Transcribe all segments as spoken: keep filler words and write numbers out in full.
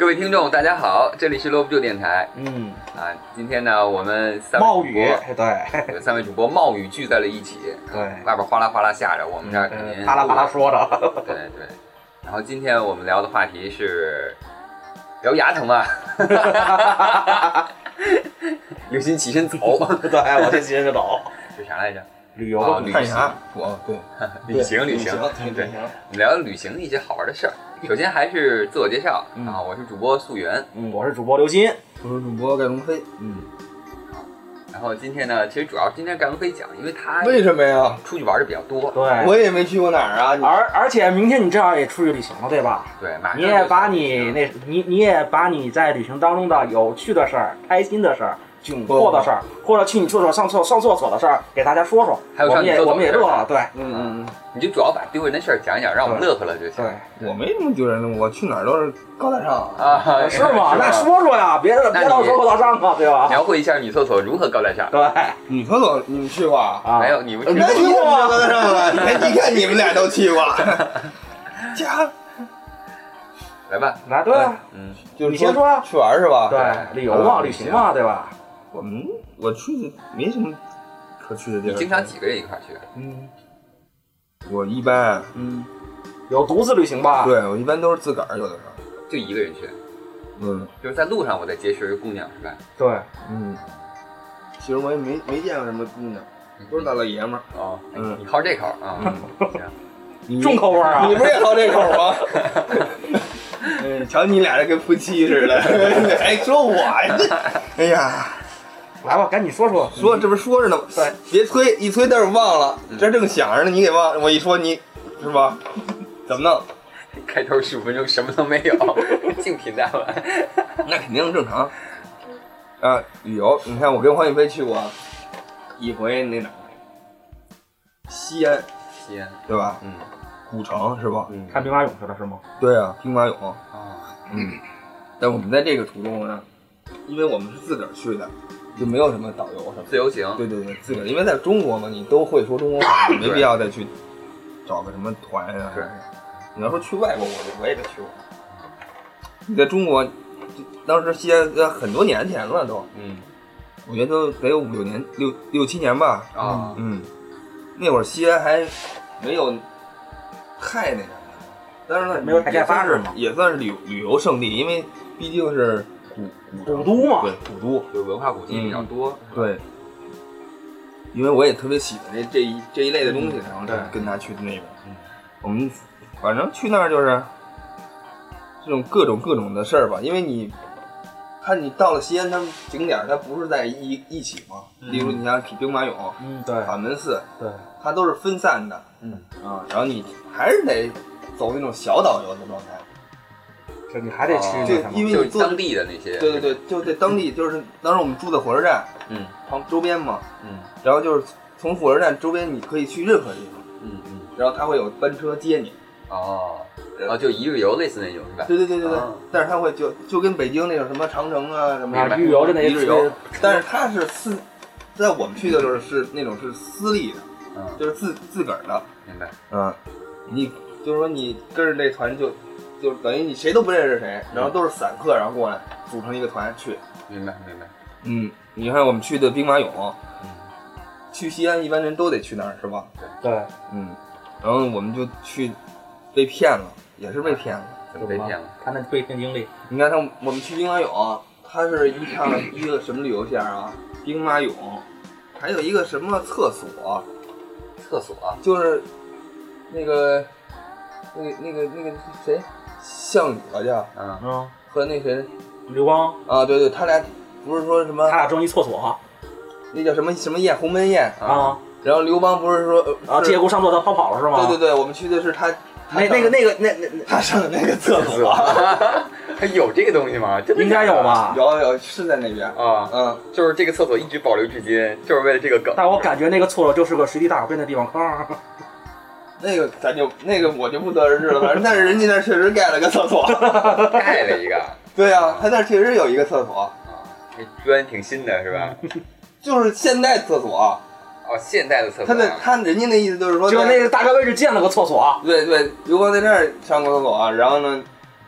各位听众，大家好，这里是罗不住电台。 嗯啊，今天呢，我们三位冒雨， 对，三位主播冒雨聚在了一起。 对， 外边哗啦哗啦下着，我们这儿肯定啪啦啪啦说着。 对对。然后今天我们聊的话题是聊牙疼嘛。刘鑫起身走， 对，我先起身就走。 是啥来着？ 旅游哦， 看牙，我对， 旅行旅行，对，我们聊聊旅行的一些好玩的事儿。首先还是自我介绍啊，我是主播素媛， 嗯，我是主播刘鑫， 我是主播盖龙飞， 嗯。 然后今天呢，其实主要今天盖龙飞讲，因为他为什么呀？ 出去玩的比较多， 对， 我也没去过哪儿啊。 而而且明天你正好也出去旅行了，对吧？ 对，马上你也把你那，你你也把你在旅行当中的有趣的事儿、开心的事儿、窘迫的事儿，或者去你厕所上厕上厕所的事儿，给大家说说。 还有上我们也我们也乐了，对， 嗯嗯嗯， 你就主要把丢人的事儿讲一讲，让我们乐呵了就行。 对， 我没什么丢人的，我去哪儿都是高大上啊， 是吗？那说说呀，别别老说高大上啊，对吧？ 描绘一下女厕所如何高大上。 对， 女厕所你们去过啊？ 没有，你们没去过高大上啊？你看，你看你们俩都去过。家， 来吧， 来，对啊， 嗯， 就是你先说， 去玩是吧？ 对，旅游嘛，旅行嘛，对吧？ 我们我去的没什么可去的地儿。 你经常几个人一块去？ 嗯， 我一般， 嗯，有独自旅行吧？ 对，我一般都是自个儿，有的时候就一个人去。 嗯， 就是在路上我再结识姑娘是吧？ 对， 嗯，其实我也没没见过什么姑娘，都是大老爷们儿。 哦， 嗯， 你好这口啊？ 行， 重口味啊！ 你不是也好这口吗？嗯，瞧你俩这跟夫妻似的，还说我呀？哎呀， 来吧，赶紧说说， 说这不说着呢吗？ 对， 别催，一催待会儿忘了，这正想着呢，你给忘了，我一说你是吧？怎么弄？ 开头十五分钟什么都没有，净平淡了。 那肯定正常。啊，旅游，你看我跟黄宇飞去过一回那哪儿？西安， 西安， 对吧？ 嗯， 古城是吧？ 嗯， 看兵马俑去了是吗？ 对啊，兵马俑。 啊， 嗯，但我们在这个途中呢，因为我们是自个儿去的，就没有什么导游什么自由行。 对对对，自个儿，因为在中国嘛，你都会说中国话，没必要再去找个什么团啊。 是。 你要说去外国，我我也没去过。你在中国，当时西安呃很多年前了都， 嗯， 我觉得都得有五六年、六六七年吧。 啊， 嗯，那会儿西安还没有太那什么，但是呢， 没有太开发是吗？ 也算是旅旅游胜地，因为毕竟是古古都嘛， 对，古都， 就文化古迹比较多。 对。因为我也特别喜欢这这一这一类的东西，然后对跟他去的那边。 嗯， 我们反正去那儿就是这种各种各种的事儿吧，因为你看你到了西安，他们景点它不是在一一起嘛， 嗯、 例如你像兵马俑， 嗯，对， 法门寺， 对， 它都是分散的， 嗯啊，然后你还是得走那种小导游的状态， 就你还得去， 就因为你做当地的那些， 对对对，就在当地，就是当时我们住在火车站， 嗯， 旁周边嘛， 嗯， 然后就是从火车站周边你可以去任何地方， 嗯嗯， 然后他会有班车接你。 哦，哦，就一日游类似那种是吧？ 对对对对对， 哦、 但是他会就就跟北京那种什么长城啊什么啊，一日游的那一日游，但是他是私，在我们去的时候是那种是私立的， 嗯， 就是自自个儿的， 明白？ 嗯，你就是说你跟着这团就就等于你谁都不认识谁，然后都是散客，然后过来组成一个团去。 明白明白。 嗯，你看我们去的兵马俑， 嗯， 去西安一般人都得去那儿是吧？ 对， 嗯，然后我们就去。被骗了，也是被骗了， 怎么被骗了？ 他那被骗经历， 你看他，我们去兵马俑，它是一趟一个什么旅游线啊？兵马俑，还有一个什么厕所？ 厕所就是那个那个那个那个谁，项羽了叫， 嗯嗯， 和那谁， 刘邦啊，对对，他俩不是说什么？ 他俩争一厕所哈， 那叫什么什么宴？鸿门宴啊。 然后刘邦不是说啊，借故上厕所逃跑了是吗？ 对对对，我们去的是他。 那那个那个那那他上的那个厕所， 他有这个东西吗？ 应该有吧？ 有有是在那边啊， 嗯， 就是这个厕所一直保留至今，就是为了这个梗。 但我感觉那个厕所就是个随地大小便的地方坑。 那个咱就那个我就不得而知了，反正但是人家那确实盖了个厕所， 盖了一个。 对啊，他那确实有一个厕所， 这砖挺新的是吧？ 就是现代厕所。 哦，现代的厕所、啊。 他的他人家那意思就是说， 就那个大概位置建了个厕所。 对对，刘邦在那儿上过厕所，然后呢，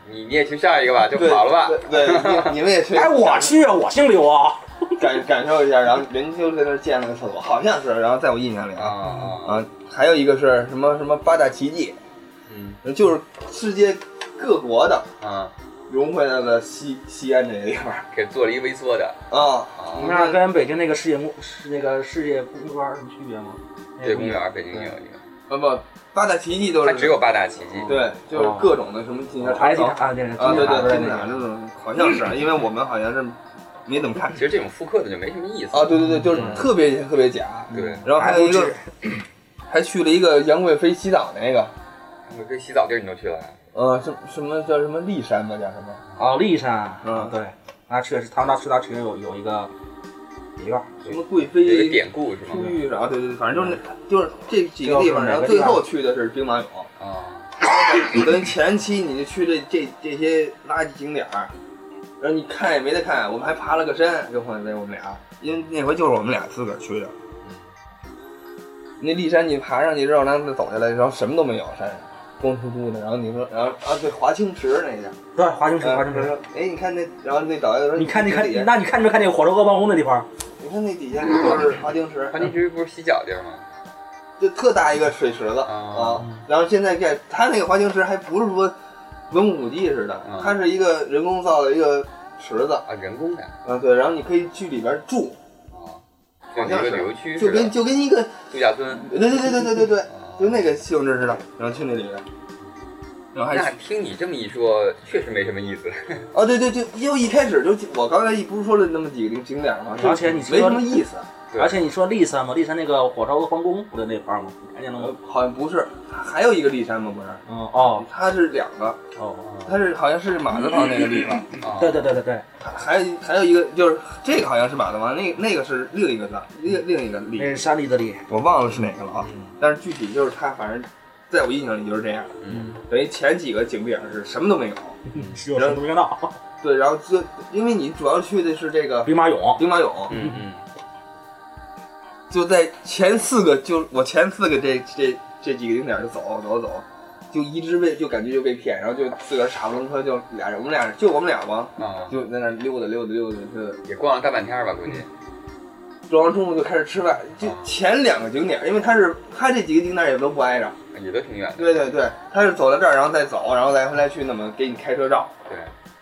你你也去上一个吧，就好了吧？ 对，对对你, 你们也去。 哎，我去，我姓刘啊。 感感受一下，然后人就在那儿建了个厕所，好像是，然后在我印象里啊啊啊，还有一个是什么什么八大奇迹， 嗯， 就是世界各国的啊融汇到了西西安这个地方， 给做了一微缩的啊。 你看跟北京那个世界公是那个世界公园有什么区别吗？ 对，公园北京也有一个。 啊不，八大奇迹都是。 它只有八大奇迹。 对，就是各种的什么金埃及塔啊，对啊对对，金字塔这种好像是，因为我们好像是。没怎么看， 其实这种复刻的就没什么意思啊！对对对，就是特别特别假。 对， 然后还有一个，还去了一个杨贵妃洗澡那个。 杨贵妃洗澡地儿你都去了？ 呃，什什么叫什么骊山吧？叫什么？ 哦，骊山。 嗯， 对，那确实，他们那去那确实有有一个一个什么贵妃有一个典故是吗？ 出浴啥？对对对，反正就是就是这几个地方，然后最后去的是兵马俑。 啊。 跟前期你就去这这这些垃圾景点儿。然后你看也没得看，我们还爬了个山，就换在我们俩，因为那回就是我们俩自个儿去的。那骊山你爬上去之后，然后再走下来，然后什么都没有，山上光秃秃的。然后你说，然后啊，对，华清池那个， 对，华清池，华清池。 哎，你看那，然后那导游说， 你看，你看，那你看没看那个火车鹅王宫那地方？ 你看那底下都是华清池。 华清池不是洗脚地儿吗？ 就特大一个水池子啊，然后现在盖，它那个华清池还不是说。文物古迹似的， 嗯、 它是一个人工造的一个池子啊，人工的。 啊，对，然后你可以去里边住， 啊，好像是旅游区， 就跟就跟一个度假村。 对对对对对对对，就那个性质似的，然后去那里边。然后还那听你这么一说，确实没什么意思。 哦，对对对，因为一开始就我刚才不是说了那么几个景点吗？ 而且你没什么意思。 而且你说骊山吗？骊山那个火烧皇宫不是那块吗？你看见了吗？ 好像不是，还有一个骊山吗？不是？ 嗯哦， 它是两个。 哦， 它是好像是马子房那个地方。 对对对对对。 还还有一个就是这个好像是马子房，那那个是另一个字，另另一个骊。 那是山里的骊， 我忘了是哪个了啊。但是具体就是它，反正在我印象里就是这样。 嗯。 等于前几个景点是什么都没有， 只有什么都没看到。 对，然后就因为你主要去的是这个兵马俑， 兵马俑。 嗯嗯。 就在前四个，就我前四个这这这几个景点就走走走，就一直被就感觉就被骗，然后就自个儿傻不愣登就俩人，我们俩就我们俩吧， 啊， 就在那溜达溜达溜达溜达， 也逛了大半天吧，估计。 逛完中午就开始吃饭，就前两个景点，因为它是它这几个景点也都不挨着， 也都挺远的。 对对对，它是走到这儿，然后再走，然后再回来去那么给你开车照。 对。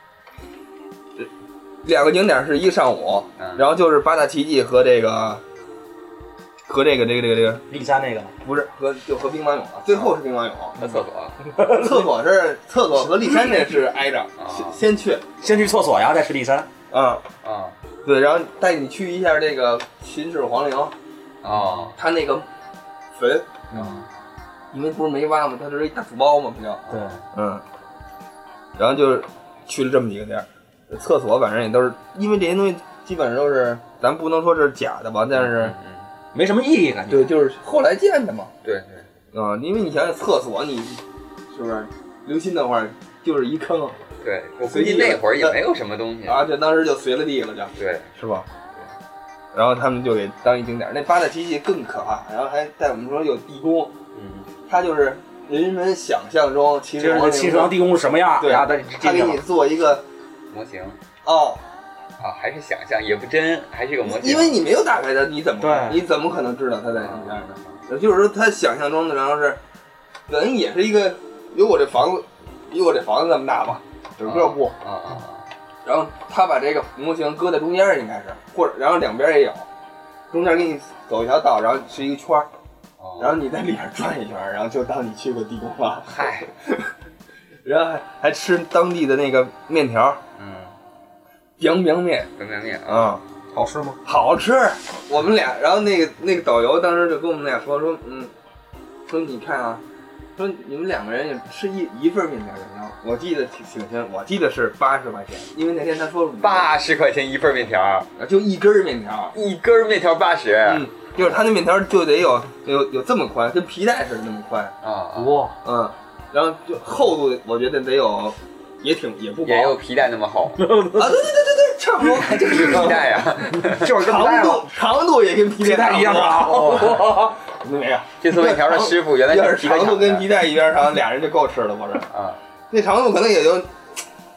两个景点是一个上午， 嗯、 然后就是八大奇迹和这个。和这个这个这个这个骊山那个不是和就和兵马俑了，最后是兵马俑和厕所， 厕所是厕所和骊山这是挨着，先先去先去厕所呀，再去骊山。 啊啊， 对，然后带你去一下这个秦始皇陵啊， 他那个坟啊， 因为不是没挖嘛，它是一大土包嘛，不叫对， 嗯，然后就是去了这么几个地儿，厕所反正也都是，因为这些东西基本上都是，咱不能说是假的吧，但是。 嗯没什么意义感觉。 对，就是后来建的嘛。 对对。啊、嗯，因为你想想厕所，你是不是刘鑫那会儿就是一坑？ 对，我估计那会儿也没有什么东西啊，这当时就随了地了，就对， 是吧？然后他们就给当一景点。那八大奇迹更可怕，然后还带我们说有地宫， 嗯， 它就是人们想象中其实秦始皇地宫是什么样？ 对，他给你做一个模型。 哦。 啊，还是想象，也不真，还是个模型。 因为你没有打开它，你怎么你怎么可能知道它在什么样的？就是说，他想象中的，然后是，可能也是一个有我这房子，有我这房子那么大吧，整个屋。 啊啊啊！ 然后他把这个模型搁在中间，应该是，或者然后两边也有，中间给你走一条道，然后是一个圈儿，然后你在里边转一圈，然后就当你去过地宫了。 嗨， 然后还还吃当地的那个面条。 嗯。 凉凉面， 凉凉面啊， 好吃吗？ 好吃。我们俩，然后那个那个导游当时就跟我们俩说说，嗯，说你看啊，说你们两个人也吃一一份面条怎么样？我记得挺挺清，我记得是八十块钱，因为那天他说八十块钱一份面条， 就一根面条， 一根面条八十， 嗯，就是他那面条就得有有有这么宽，跟皮带似的那么宽啊， 哇， 嗯，然后就厚度我觉得得有。也挺也不薄， 也有皮带那么厚啊！对对对对对，差不多， 就是皮带呀， 就是长度长度也跟皮带一样长。 没有， 这做面条的师傅原来要是长度跟皮带一边长，俩人就够吃了，不是？ 啊， 那长度可能也就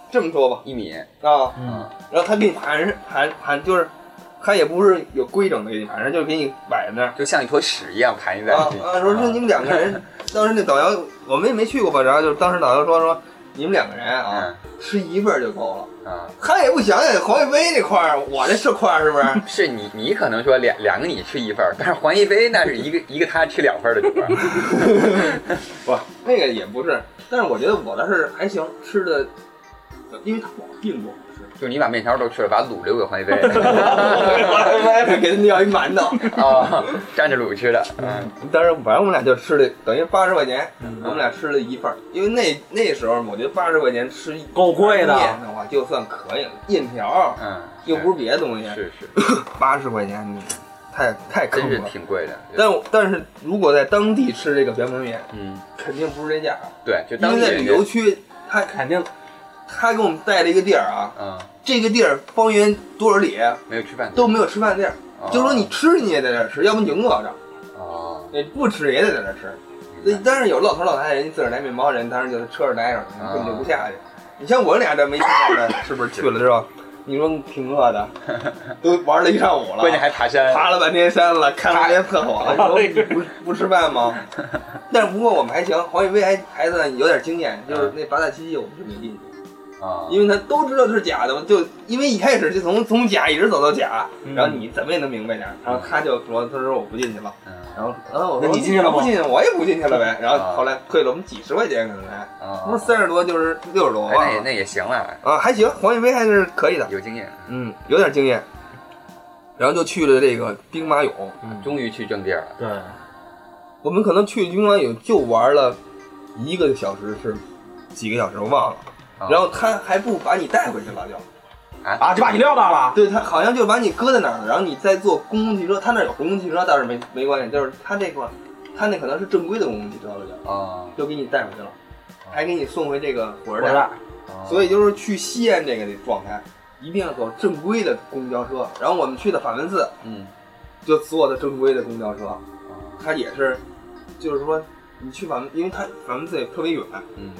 这么说吧， 一米啊， 嗯， 然后他给你盘盘盘，就是他也不是有规整的给你盘，就是给你摆在那儿， 就像一坨屎一样盘在啊啊，说说你们两个人，当时那导游我们也没去过吧，然后就是当时导游说说你们两个人啊， 嗯、 吃一份就够了。 啊， 他也不想想黄一飞那块儿，我这是块儿是不是？ 是你你可能说两两个你吃一份，但是黄一飞那是一个一个他吃两份的主儿。 不，那个也不是，但是我觉得我的是还行，吃的，因为他老并不好吃。 就是你把面条都吃了，把卤留给黄一飞， 给他要一馒头啊，蘸着卤吃的。嗯， 当时反正我们俩就吃了，等于八十块钱， 嗯、 我们俩吃了一份，因为那那时候我觉得八十块钱吃够贵的面的话就算可以了，面条， 嗯， 又不是别的东西， 是是， 八十块钱你太太坑了， 真是挺贵的。 但但是如果在当地吃这个凉拌面， 嗯， 肯定不是这价。 对，就当地因为在旅游区，他肯定。 他给我们带了一个地儿啊， 嗯， 这个地儿方圆多少里没有吃饭都没有吃饭地儿， 哦、 就是说你吃你也在这儿吃，要不你就饿着， 哦， 你不吃也得在这儿吃。但是有老头老太太，人家自个儿来面包，人当时就在车上待着，根本就不下去。你像我俩这没见过的，是不是去了之后，你说挺饿的，都玩了一上午了， 关键还爬山， 爬了半天山了，看了半天厕所了，你说不不吃饭吗？但是不过我们还行，黄宇飞还还算有点经验，就是那八大七我们是没进去。 啊， 因为他都知道是假的嘛，就因为一开始就从从假一直走到假， 嗯、 然后你怎么也能明白点，然后他就说，他说我不进去了， 嗯、 然后然后我说你进去了吗？ 不进去，我也不进去了呗，然后后来退了我们几十块钱可能才，不是三十多就是六十多吧， 那也那也行了， 啊还行，黄宇飞还是可以的， 有经验， 嗯，有点经验，然后就去了这个兵马俑， 嗯、终于去正地儿了， 对， 我们可能去兵马俑就玩了一个小时是几个小时我忘了。然后他还不把你带回去了，就啊，就把你撂那了。 对，他好像就把你搁在那儿了，然后你再坐公共汽车，他那有公共汽车倒是没没关系，就是他这块，他那可能是正规的公共汽车了就， 啊， 就给你带回去了，还给你送回这个火车站。 站。所以就是去西安这个状态，一定要走正规的公交车。然后我们去的法门寺， 嗯， 就坐的正规的公交车，他也是，就是说你去法门，因为他法门寺也特别远， 嗯。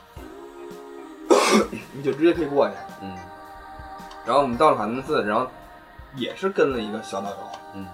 你就直接可以过去， 嗯， 然后我们到了法门寺，然后也是跟了一个小导游， 嗯，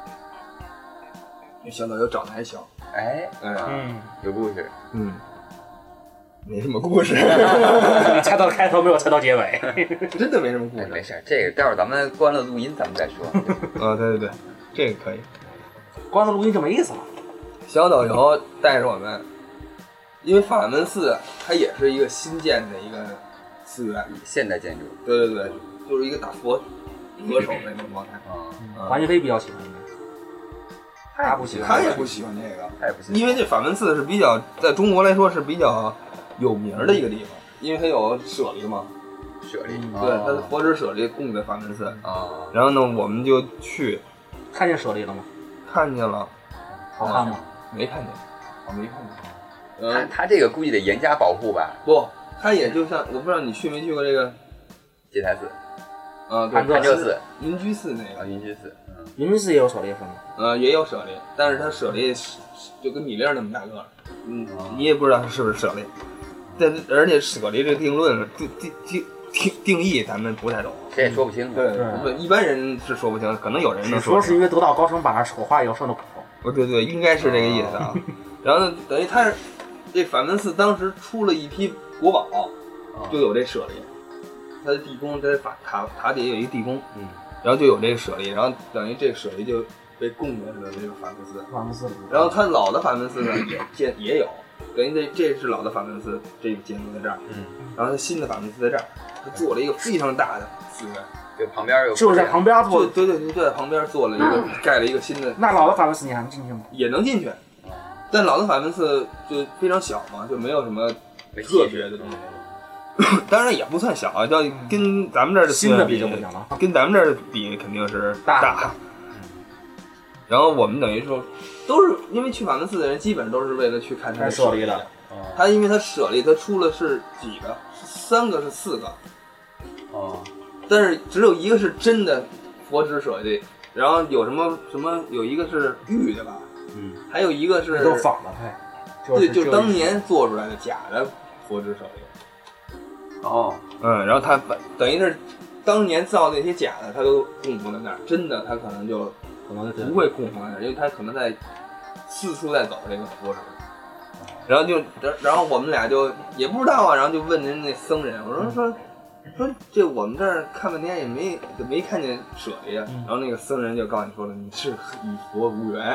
那小导游长得还小， 哎， 嗯， 有故事， 嗯，没什么故事， 你猜到开头没有猜到结尾， 真的没什么故事， 哎、没事，这个待会儿咱们关了录音咱们再说， 啊，对对对，这个可以， 关了录音就没意思了， 小导游带着我们。因为法门寺它也是一个新建的一个寺院， 现代建筑。 对对对，就是一个大佛佛手那种状态。 啊，黄一飞比较喜欢的，他不喜欢， 他也不喜欢这个， 他也不喜欢。 因为这法门寺是比较在中国来说是比较有名的一个地方，因为它有舍利嘛， 舍利， 对，它的佛指舍利供在法门寺啊。 然后呢，我们就去， 看见舍利了吗？ 看见了， 好看吗？ 没看见，我没看见。 他他这个估计得严加保护吧？ 不，他也就像我不知道你去没去过这个戒台寺， 啊， 潭柘寺、 云居寺那个啊，云居寺， 嗯，云居寺也有舍利是吗？ 呃，也有舍利，但是它舍利就跟米粒那么大个，嗯，你也不知道它是不是舍利，但而且舍利这个定论定定定定定义咱们不太懂， 谁也说不清。 对对，一般人是说不清，可能有人能说。说是因为得道高僧把那丑化以后剩的苦。 不对对，应该是这个意思啊。然后等于他是。这法门寺当时出了一批国宝，就有这舍利，它的地宫在法塔塔底有一个地宫， 嗯， 然后就有这个舍利，然后等于这个舍利就被供在了这个法门寺。 法门寺， 然后它老的法门寺呢也建也有，等于这这是老的法门寺，这个建筑在这儿， 嗯， 然后它新的法门寺在这儿，它做了一个非常大的寺院， 对，旁边有， 就是在旁边做， 对对对，就在旁边做了一个盖了一个新的。 那老的法门寺你还能进去吗？ 也能进去。但老的法门寺就非常小嘛，就没有什么特别的东西。当然也不算小啊，要跟咱们这儿的新的比就不行了。 跟咱们这儿比肯定是大。大然后我们等于说，都是因为去法门寺的人，基本都是为了去看他的舍利的。他因为他舍利，他出了是几个？是三个是四个？ 哦。 但是只有一个是真的佛指舍利，然后有什么什么有一个是玉的吧？ 嗯， 还有一个是都仿的， 对，就是当年做出来的假的佛指舍利哦， 嗯，然后他把等于是当年造那些假的，他都供奉在那儿，真的他可能就可能不会供奉在那儿，因为他可能在四处在走这个佛时。然后就，然后我们俩就也不知道啊，然后就问人那僧人，我说说说这我们这儿看半天也没没看见舍利啊，然后那个僧人就告诉你说了，你是与佛无缘。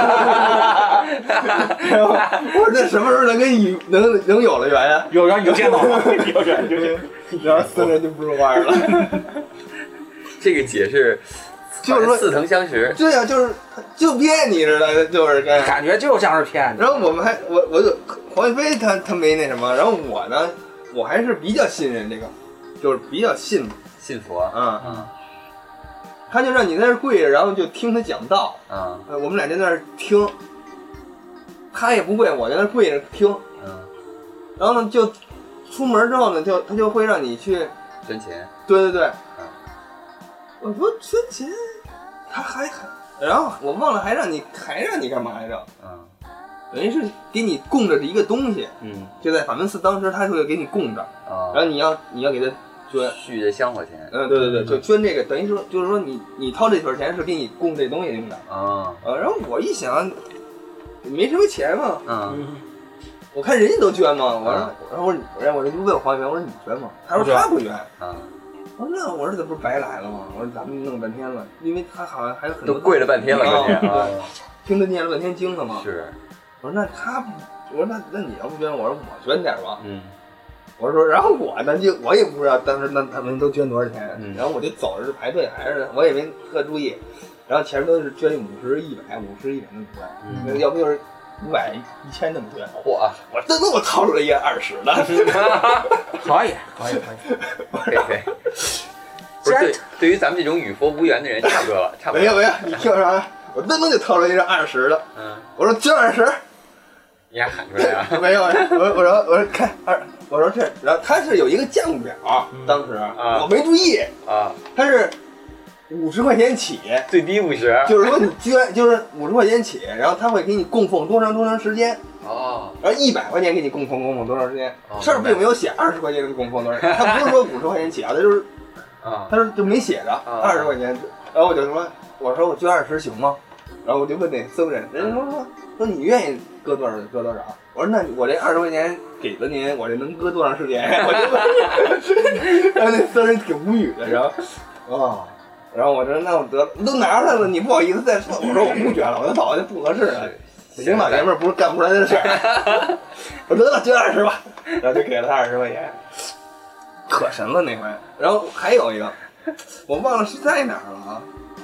然后我说那什么时候能跟与能能有了缘呀？ 有缘你就见到了，有缘你就见。 然后僧人就不说话了。 这个解释就是说似曾相识。 对呀、啊，就是就骗你似的，就是这样感觉就像是骗你。 然后我们还我我就黄宇飞他他没那什么，然后我呢，我还是比较信任这个，就是比较信信佛啊啊、嗯嗯，他就让你在那儿跪着，然后就听他讲道啊、 嗯，我们俩在那儿听，他也不跪，我在那儿跪着听， 嗯，然后呢就出门之后呢，就他就会让你去捐钱， 对对对， 嗯， 我说捐钱，他还还。然后我忘了还让你还让你干嘛来着？ 嗯， 等于是给你供着一个东西， 嗯， 就在法门寺，当时他会给你供着， 啊， 然后你要你要给他捐续这香火钱， 嗯，对对对，就捐这个，等于说就是说你你掏这份钱是给你供这东西用的啊， 呃，然后我一想，没什么钱嘛， 嗯， 我看人家都捐嘛，我说，然后我然后我就问黄源，我说你捐吗？他说他不捐， 啊。 我说那我说这不是白来了吗？我说咱们弄半天了，因为他好像还有很多都跪了半天了，关键啊， 听他念了半天经了嘛。 是。 我说那他，我说那那你要不捐，我说我捐点吧。 嗯。 我说然后我呢就我也不知道当时那他们都捐多少钱， 嗯、 然后我就走着排队，还是我也没特注意，然后前面都是捐五十、一百、五十、一百那么捐，那、嗯、要不就是五百、一千那么捐。 嚯！ 我真的我掏出来一个二十的。 可以，可以，可以， 可以，可以。不是对，对于咱们这种与佛无缘的人，差不多了，差不多。 没有没有，你听我说，我噔噔就掏出来一张二十的。 嗯。 我说捐二十。 你还喊出来啊？ 没有，我我说我说看二，我说这，然后他是有一个价目表，嗯、当时、 啊、 我没注意啊， 他是五十块钱起， 最低五十， 就是说你捐就是五十块钱起，然后他会给你供奉多长多长时间。 哦， 然后一百块钱给你供奉供奉多长时间？哦、上面并没有写二十块钱给供奉多少钱，他不是说五十块钱起啊，他就是。 啊， 他说就没写着二十块钱，然后我就说，我说我捐二十行吗？然后我就问那僧人，人家说说说你愿意搁多少搁多少？我说那我这二十块钱给了您，我这能搁多长时间？我就问，然后那僧人挺无语的，然后哦，然后我说那我得都拿出来了，你不好意思再说，我说我不捐了，我走就不合适了。北京老爷们儿不是干不出来的事儿，我说得了，捐二十吧，然后就给了他二十块钱。可神了那回，然后还有一个，我忘了是在哪儿了啊？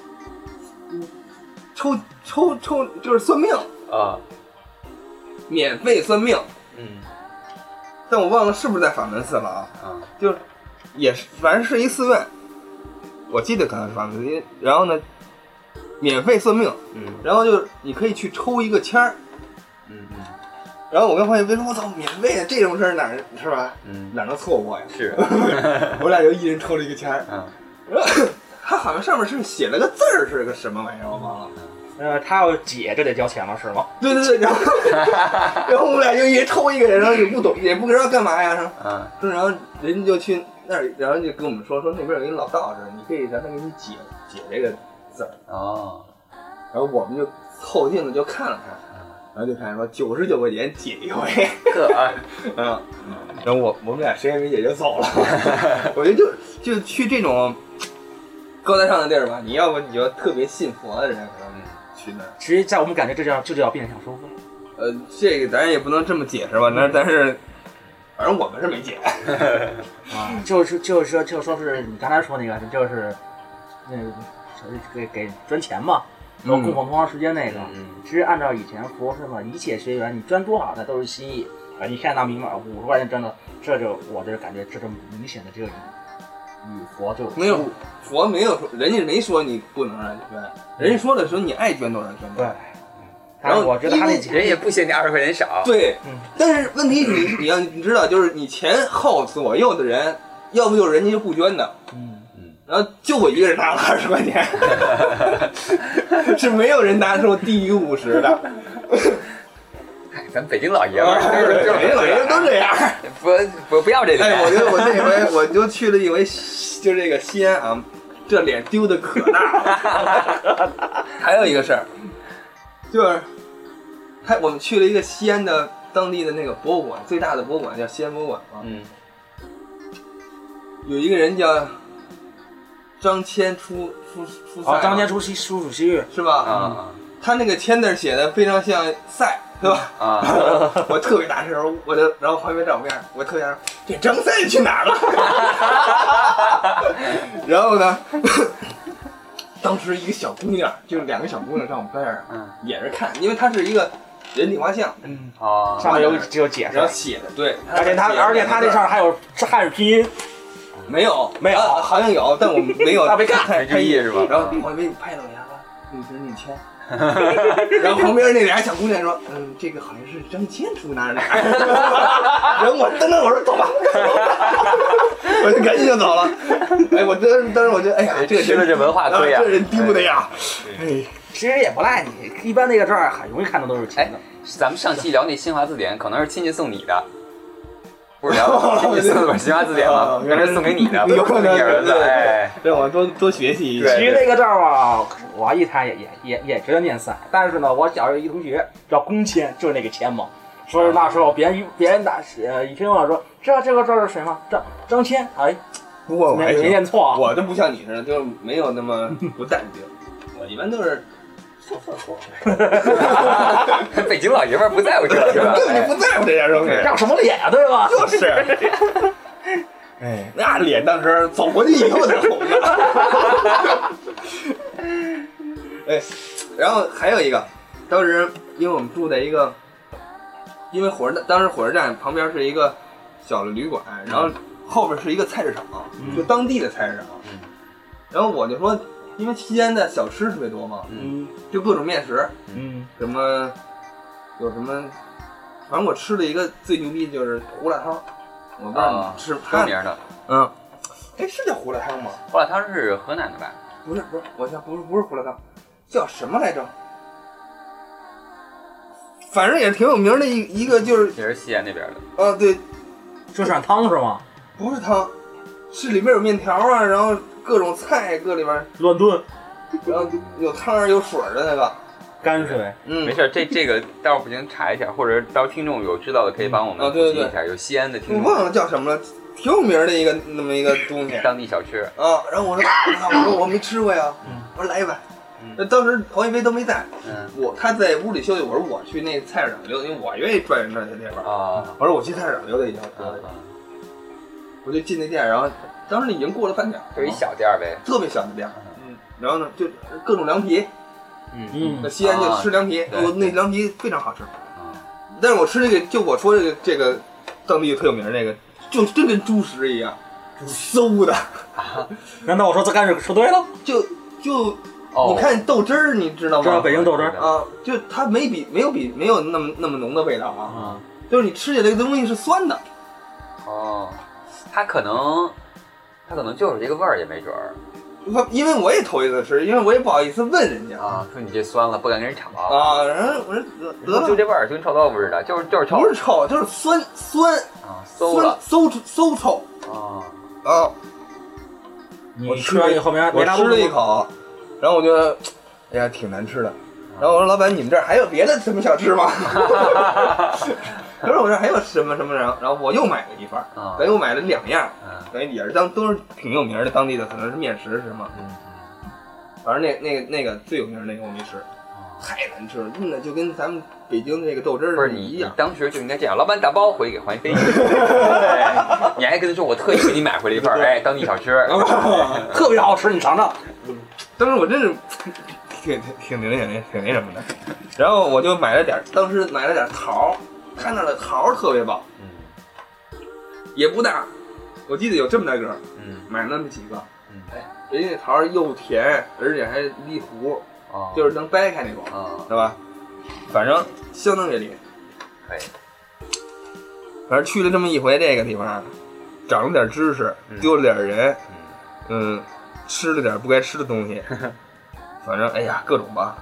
抽抽抽就是算命啊， 免费算命， 嗯， 但我忘了是不是在法门寺了啊？ 啊， 就也是，反正是一寺院，我记得可能是法门寺。然后呢，免费算命， 嗯， 然后就你可以去抽一个签儿， 嗯嗯。 然后我跟黄宇飞说：“我操，免费的这种事儿哪是吧？ 嗯， 哪能错过呀？” 是， 我俩就一人抽了一个签儿。 嗯， 然后他好像上面是写了个字儿，是个什么玩意儿，我忘了。 呃，他要解这得交钱了是吗？ 对对对，然后然后我们俩就一人抽一个，然后也不懂，也不知道干嘛呀，是吧？ 嗯， 说然后人家就去那儿，然后就跟我们说说那边有一老道士，你可以让他给你解解这个字儿。 哦， 然后我们就凑近了就看了看。然后就看说九十九块钱解一回， 可爱， 嗯，然后我我们俩谁也没解就走了。我觉得就就去这种高大上的地儿吧，你要不你就特别信佛的人可能去那儿。 其实，在我们感觉这叫这就叫变相收费。 呃，这个咱也不能这么解释吧，但但是反正我们是没解。 啊，就是就是说就说是你刚才说那个，就是那个给给捐钱嘛。然后供奉多长时间那个， 嗯， 其实按照以前佛是嘛，一切随缘，你捐多少那都是心意啊。你看到明白五十块钱捐的，这就我这感觉这就明显的这个与佛就没有佛没有说，人家没说你不能让你捐，人家说的时候你爱捐多少捐多少。 对，然后我觉得他那人也不嫌你二十块钱少。 对，嗯，但是问题你你要你知道，就是你前后左右的人，要不就是人家就不捐的， 嗯。 然后就我一个人拿了二十块钱， 是没有人拿出低于五十的。 咱北京老爷们儿， 北京老爷们都这样。 不不不要这脸。 哎，我就我那回我就去了一回，就这个西安啊，这脸丢的可大了。还有一个事儿，就是还我们去了一个西安的当地的那个博物馆，最大的博物馆叫西安博物馆嘛。 嗯。有一个人叫张骞出出出塞。 哦，张骞出西出蜀西域是吧？ 啊、嗯。 他那个骞字写的非常像赛。对吧？ 啊！ 我特别大声，我就然后旁边照片，我特别大声，这张赛去哪儿了？然后呢，当时一个小姑娘，就是两个小姑娘上我们边上，嗯，也是看，因为它是一个人体画像， 嗯啊， 上面有有解释， 然后写的对， 而且它而且它这上还有汉语拼音， 没有没有， 啊、好像有，但我没有没看， 没注意是吧？ 然后我以为你拍到牙了，你说你签。然后旁边那俩小姑娘说：“嗯，这个好像是张骞出哪儿哪儿。”然后我等等，我说走吧，我就赶紧就走了。哎，我当时当时我就哎呀，这个吃了这文化亏呀， 这人丢的呀。 哎，其实也不赖你，一般那个这儿很容易看到都是钱的。 咱们上期聊那新华字典，可能是亲戚送你的。不是聊亲戚送的本新华字典吗？原来是送给你的， 有可能你儿子，哎， 让我多多学习一下。其实那个证啊，我一猜也也也也觉得念赛，但是呢，我小时候一同学叫龚骞，就是那个骞嘛。所以那时候别人一别人打呃一听我说，知道这个证是谁吗？张张骞，哎， 不过我没念错， 我就不像你似的，就是没有那么不淡定。我一般都是。 北京老爷们不在乎这是吧？ 根本就不在乎这件东西， 要什么脸呀、啊，对吧？ 就是，哎，那脸当时走过去以后才红的。哎，然后还有一个，当时因为我们住在一个，因为火车站，当时火车站旁边是一个小的旅馆，然后后边是一个菜市场，就当地的菜市场。然后我就说。因为西安的小吃特别多嘛，嗯，就各种面食，嗯，什么有什么，反正我吃了一个最牛逼的就是胡辣汤，我不知道你吃出名的， 嗯，哎，是叫胡辣汤吗？ 胡辣汤是河南的吧？ 不是，不是，我想不是不是胡辣汤，叫什么来着？反正也挺有名的一一个就是也是西安那边的， 啊，对， 这算汤是吗？ 不是汤，是里面有面条啊，然后。各种菜搁里边乱炖， 然后有汤有水的那个泔水， 嗯，没事，这这个待会儿不行查一下，或者到时候听众有知道的可以帮我们普及一下。 啊、对对对，有西安的听众， 我忘了叫什么了，挺有名的一个那么一个东西， 当地小吃啊。然后我说，我说我没吃过呀，嗯、我说来一碗。那、嗯、当时黄一飞都没在，嗯，我他在屋里休息，我说我去那菜市场溜达，因为我愿意转转这地方啊。我说我去菜市场溜达一下，啊、我就进那店，然后。当时已经过了饭点， 就是一小店呗， 特别小的店。嗯，然后呢，就各种凉皮。嗯嗯，那西安就吃凉皮，我、啊、那凉皮非常好吃。啊，但是我吃这个，就我说这个这个当地特有名这个，就真跟猪食一样，馊的。 啊、难道我说这干是说对了？ 就就、哦、你看豆汁儿，你知道吗？ 知道北京豆汁儿啊，就它没比没有比没有那么那么浓的味道啊。啊，就是你吃起来这个东西是酸的。 哦，它可能。他可能就是这个味儿也没准儿， 因为我也头一次吃，因为我也不好意思问人家啊，说你这酸了，不敢跟人吵啊。然后我说得了， 就这味儿，就跟臭豆腐似的，就是就是臭， 不是臭，就是酸酸啊，馊了， 馊馊臭啊啊！ 我吃完以后没我吃了一口，然后我觉得哎呀挺难吃的。然后我说老板，你们这儿还有别的什么小吃吗？他说我这还有什么什么，然后然后我又买了一份，等于我买了两样，等于也是当都是挺有名的当地的，可能是面食是吗？嗯，反正那那个那个最有名的那个我没吃，太难吃了，真的就跟咱们北京的这个豆汁儿不是你一样。当时就应该这样，老板打包回给黄一飞，你还跟他说我特意给你买回来一份，哎，当地小吃， 特别好吃，你尝尝。 当时我真是。挺挺挺挺挺挺那什么的，然后我就买了点，当时买了点桃，看到了桃特别棒，嗯，也不大，我记得有这么大个，嗯，买那么几个，嗯，哎，人家那桃又甜，而且还离核，哦，就是能掰开那种，啊、哦，对吧？反正相当给力， 哎， 反正去了这么一回这个地方，长了点知识，丢了点人，嗯，嗯吃了点不该吃的东西。反正哎呀，各种吧，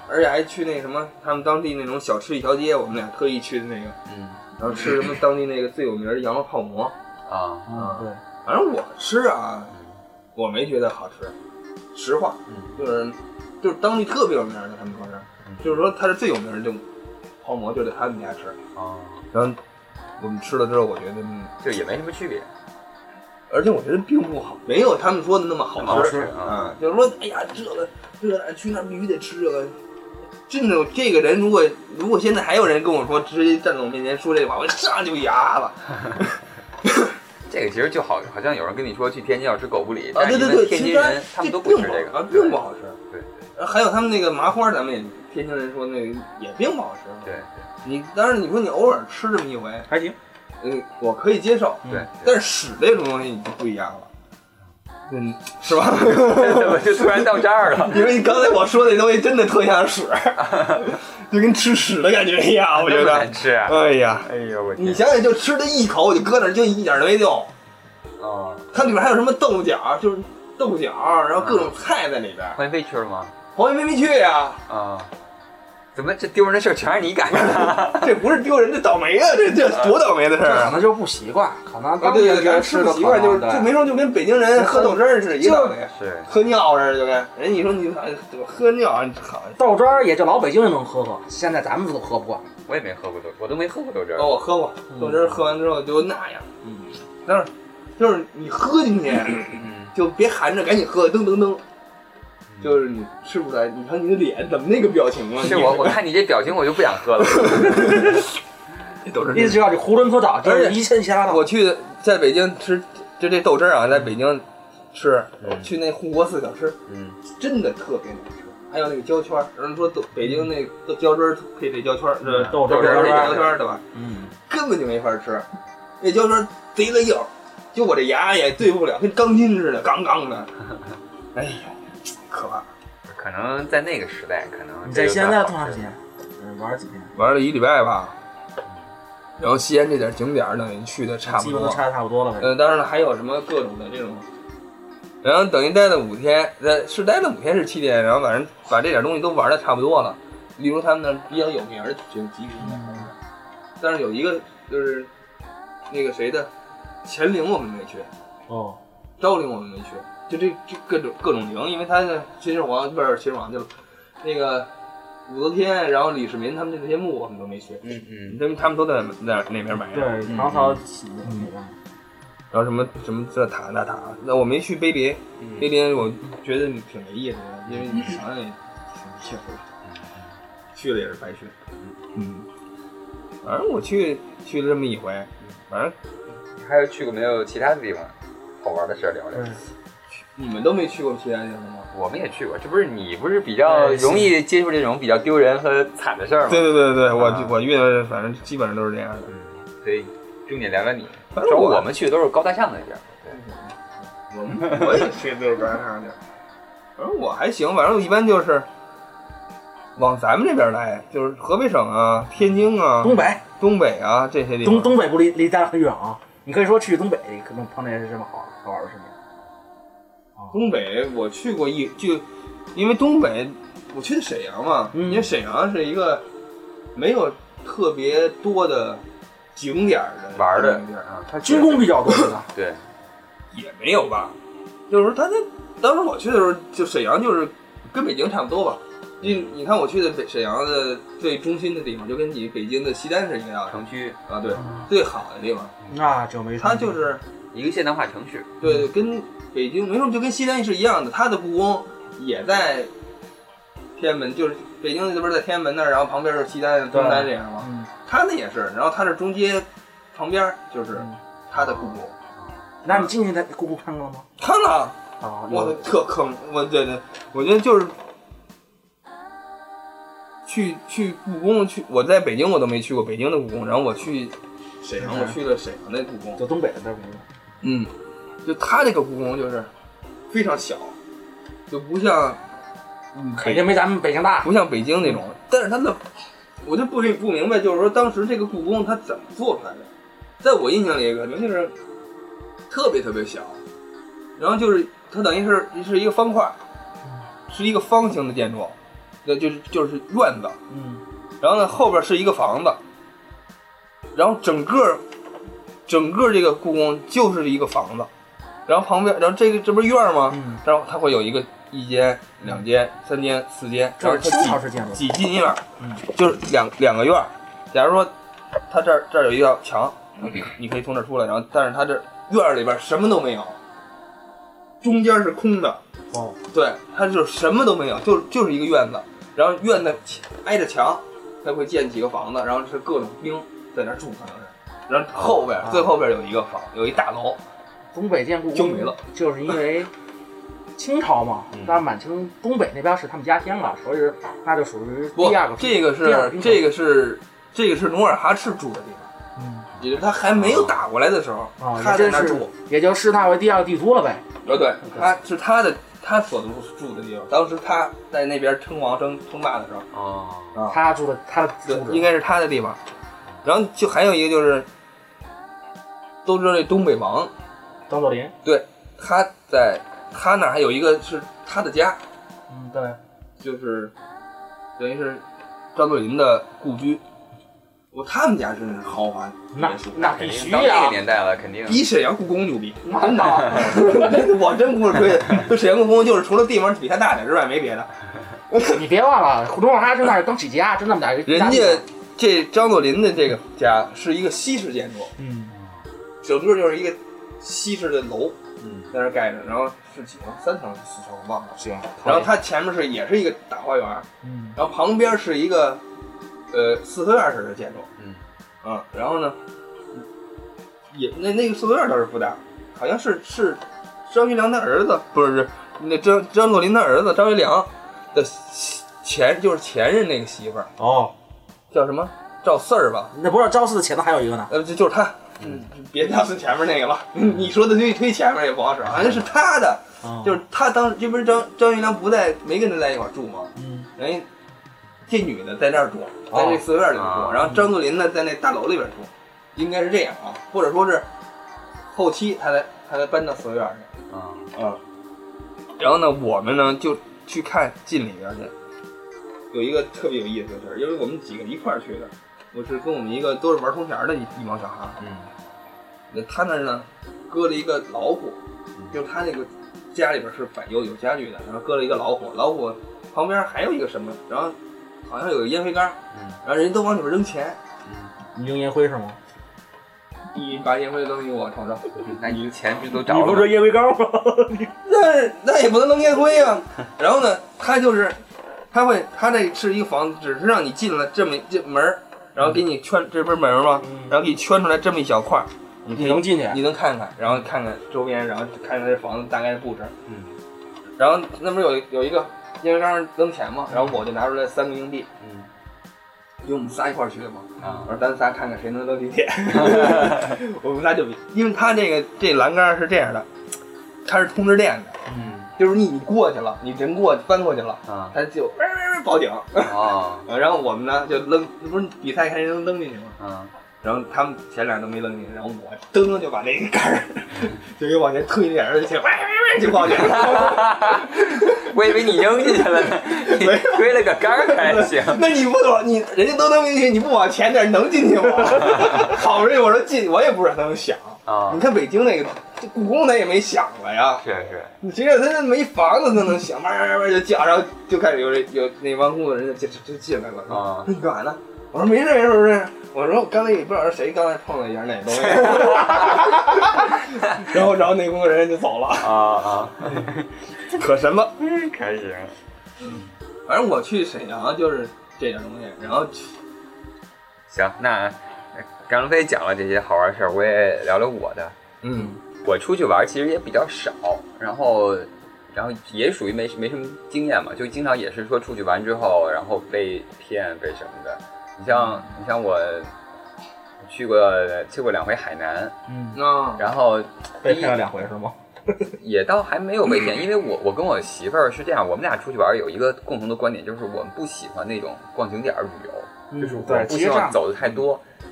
而且还去那什么，他们当地那种小吃一条街，我们俩特意去的那个， 嗯， 然后吃什么当地那个最有名的羊肉泡馍啊， 嗯，对， 反正我吃啊，我没觉得好吃，实话， 嗯， 就是就是当地特别有名的，他们说是， 嗯、 就是说它是最有名的就泡馍，就在他们家吃啊， 然后我们吃了之后，我觉得嗯， 就也没什么区别。 而且我觉得并不好，没有他们说的那么好吃。 好吃啊、嗯，就是说，哎呀，这个这个去那儿必须得吃这个。真的，这个人如果如果现在还有人跟我说，直接站在我面前说这话，我上就牙了。 这个其实就好，好像有人跟你说去天津要吃狗不理， 啊，对对对， 天津人他们都不吃这个， 啊，并不好吃。 对对。还有他们那个麻花，咱们也天津人说那个也并不好吃。 对。 你当然你说你偶尔吃这么一回还行。 嗯，我可以接受， 对， 但是屎这种东西就不一样了，嗯，是吧？ 怎么就突然到这儿了？ 因为你刚才我说那东西真的特像屎，就跟吃屎的感觉一样，我觉得难吃啊！ 哎呀， 哎呦我， 你想想，就吃这一口，我就搁那儿，就一点都没动。 哦， 它里面还有什么豆角，就是豆角，然后各种菜在里边。 黄云飞吃了吗？ 黄云飞没去呀。 啊。怎么这丢人的事儿全是你赶上的？ 这不是丢人，这倒霉啊！这这多倒霉的事儿、啊！ 可能就是不习惯，可能当地人吃的习惯就是就没说就跟北京人喝豆汁儿是一样的， 是喝尿似的，就跟人你说你喝尿，好豆汁儿也就老北京人能喝喝，现在咱们都喝不惯。 我也没喝过豆，我都没喝过豆汁儿。 哦，我喝过豆汁儿，喝完之后就那样。嗯，但是就是你喝进去，嗯，就别含着，赶紧喝，噔噔噔。就是你吃不出来，你看你的脸怎么那个表情啊？ 是我，我看你这表情，我就不想喝了。 意思就要你囫囵可找，就是一切瞎了。 我去在北京吃，就这豆汁儿啊，在北京吃，嗯、去那护国寺小吃，嗯，真的特别难吃。还有那个焦圈儿，有人说豆北京那个焦汁儿配这焦圈儿，是豆豆汁儿配焦圈儿，对吧？ 嗯， 根本就没法吃，那焦圈儿贼了硬，就我这牙也对付不了，跟钢筋似的，刚刚的。哎呀！可怕， 可能在那个时代，可能你在现在多长时间？嗯，玩几天？ 玩了一礼拜吧。然后西安这点景点等于去的差不多， 基本都差差不多了呗。 嗯，当然了，还有什么各种的这种。然后等于待了五天，呃，是待了五天是七天，然后反正把这点东西都玩的差不多了。例如他们那比较有名的这种极品的，但是有一个就是那个谁的乾陵我们没去， 哦， 昭陵我们没去。就这这各种各种陵，因为他的秦始皇不是秦始皇就是那个武则天，然后李世民他们这些墓我们都没去， 嗯嗯， 他们他们都在那那边埋着。 对，唐朝起的那个。 然后什么什么这塔那塔，那我没去碑林， 嗯、 碑林我觉得挺没意思的，因为你想想也挺切合，去了也是白去。嗯，反正我去去了这么一回，反正还有去过没有其他的地方好玩的事聊聊？ 你们都没去过其他地方吗？ 我们也去过，这不是你不是比较容易接触这种比较丢人和惨的事儿吗？ 对对对对，我、啊、我遇到反正基本上都是这样的。 嗯，所以重点聊聊你。反正我们去的都是高大上那边。 对，我们我也去的都是高大上那边。反正我还行，反正一般就是往咱们这边来，就是河北省啊、天津啊、 东北、 东北啊这些地方。 东东北不离离咱很远啊，你可以说去东北可能碰见是什么好好玩的事情。 东北我去过一就，因为东北我去的沈阳嘛，嗯、因为沈阳是一个没有特别多的景点的玩的地儿啊， 它军工比较多的， 对， 也没有吧。就是说，他那当时我去的时候，就沈阳就是跟北京差不多吧。你你看我去的北沈阳的最中心的地方，就跟你北京的西单是一样的城区啊，对，嗯、最好的地方。 那就没它就是一个现代化城市， 对，跟北京没什么，就跟西单是一样的。它的故宫也在天安门，就是北京这边在天安门那儿，然后旁边是西单、东单这样嘛。嗯，它那也是，然后它是中街旁边就是它的故宫。 嗯、那你进去的故宫看过吗？ 看了。 啊， 我的特坑，我对对，我觉得就是去去故宫去，我在北京我都没去过北京的故宫，然后我去沈阳，我去了沈阳的故宫， 就东北的那故宫。 嗯，就他这个故宫就是非常小，就不像， 嗯，肯定没咱们北京大， 不像北京那种。但是它的，我就不不明白，就是说当时这个故宫它怎么做出来的？在我印象里，肯定就是特别特别小，然后就是它等于是是一个方块，是一个方形的建筑， 那就是就是院子， 嗯， 然后呢后边是一个房子，然后整个整个这个故宫就是一个房子，然后旁边，然后这个这不是院吗？ 嗯， 然后它会有一个一间、两间、三间、四间， 这是清朝式建筑， 几进院， 嗯， 就是两两个院。假如说它这儿这儿有一道墙，你可以从这儿出来，然后但是它这院里边什么都没有，中间是空的。 哦， 对，它就是什么都没有，就就是一个院子。然后院子挨着墙，它会建几个房子，然后是各种兵在那住，可能是。然后后边、 啊、 最后边有一个房，有一大楼。 东北建故宫就没了， 就是因为清朝嘛，但满清东北那边是他们家乡啊，所以那就属于第二个。 这个是这个是这个是努尔哈赤住的地方， 嗯， 也就是他还没有打过来的时候， 啊、 他在那住， 也就视他为第二个帝都了呗。 哦，对，他是他的他所住的地方，当时他在那边称王称称霸的时候， 哦， 啊， 他住的他的对，应该是他的地方。然后就还有一个就是，都知道这东北王。 张作霖， 对，他在他那儿还有一个是他的家， 嗯，对， 就是等于是张作霖的故居。我他们家真是豪华那别墅， 那必须呀！到那啊， 个年代了，肯定比沈阳故宫牛逼。 难道？ 我真不是吹的，就沈阳故宫就是除了地方比它大点之外没别的。 你别忘了，努尔哈赤那是刚起家，就那么点一个。 人家这张作霖的这个家是一个西式建筑， 嗯， 整个就是一个西式的楼， 嗯， 在那盖着，然后是几层？三层四层我忘了。 行。 然后它前面是也是一个大花园， 嗯， 然后旁边是一个呃四合院式的建筑， 嗯， 啊，然后呢，也那那个四合院倒是不大，好像是是张学良的儿子，不是那张张作霖的儿子张学良的前就是前任那个媳妇儿， 哦， 叫什么赵四儿吧？ 那不是赵四的前头还有一个呢？ 呃，就就是他。嗯，别赵四前面那个了，你说的推推前面也不好使，好像是他的， 哦、 就是他当这不是张张学良不在，没跟他在一块住吗？ 嗯， 人家这女的在那儿住，在这四合院里边住， 哦、 然后张作霖呢在那大楼里边住，应该是这样啊，或者说是后期他才他才搬到四合院去。 啊啊，然后呢，我们呢就去看进里边去，有一个特别有意思的事儿，因为我们几个一块儿去的。我是跟我们一个都是玩铜钱的一一帮小孩， 嗯， 那他那儿呢搁了一个老虎，就是他那个家里边是摆有有家具的，然后搁了一个老虎，老虎旁边还有一个什么，然后好像有个烟灰缸， 嗯， 然后人家都往里边扔钱， 嗯， 你扔烟灰是吗？ 你把烟灰扔给我瞅瞅， 那你钱不都着了？ 你不是烟灰缸吗？ 那那也不能扔烟灰啊。然后呢，他就是他会他这是一个房子，只是让你进了这么这门儿。然后给你圈，这不是门吗？ 嗯、 然后给你圈出来这么一小块， 你能进去， 你能看看，然后看看周边，然后看看这房子大概的布置。 嗯。 然后那不是有有一个烟灰缸扔钱吗？然后我就拿出来三个硬币。 嗯。 因为我们仨一块儿去的嘛。 啊。 我说咱仨看看谁能扔几点。我们仨就比，因为他这个这栏杆是这样的，它是通知电的。 嗯。 就是你你过去了，你人过翻过去了， 啊， 他就喂喂喂报警。 哦， 然后我们呢就扔，不是比赛看谁能扔进去吗？ 嗯， 然后他们前俩都没扔进去，然后我噔就把那个杆儿就给往前推点儿，就喂喂喂就报警。 我以为你扔进去了呢，你推了个杆儿还行。 那你不懂，你人家都能进去，你不往前点能进去吗？好不容易我说进，我也不知道他能想啊。 你看北京那个。这故宫他也没想过呀， 是是， 你谁让他那没房子，他能想，慢慢慢就叫，然后就开始有人有那帮工作人员就就进来了啊。 你干嘛呢？我说没事没事没事。我说我刚才也不知道是谁刚才碰了一下那东西，然后然后那工作人员就走了啊啊， 可什么？ 嗯，开心。 嗯，反正我去沈阳就是这点东西，然后行，那刚飞讲了这些好玩的事儿，我也聊聊我的。 嗯。 我出去玩其实也比较少，然后，然后也属于没没什么经验嘛，就经常也是说出去玩之后，然后被骗被什么的。你像你像我去过去过两回海南， 嗯， 然后被骗了两回是吗？ 也倒还没有被骗，因为我我跟我媳妇儿是这样，我们俩出去玩有一个共同的观点，就是我们不喜欢那种逛景点旅游， 嗯、 就是我不希望走的太多。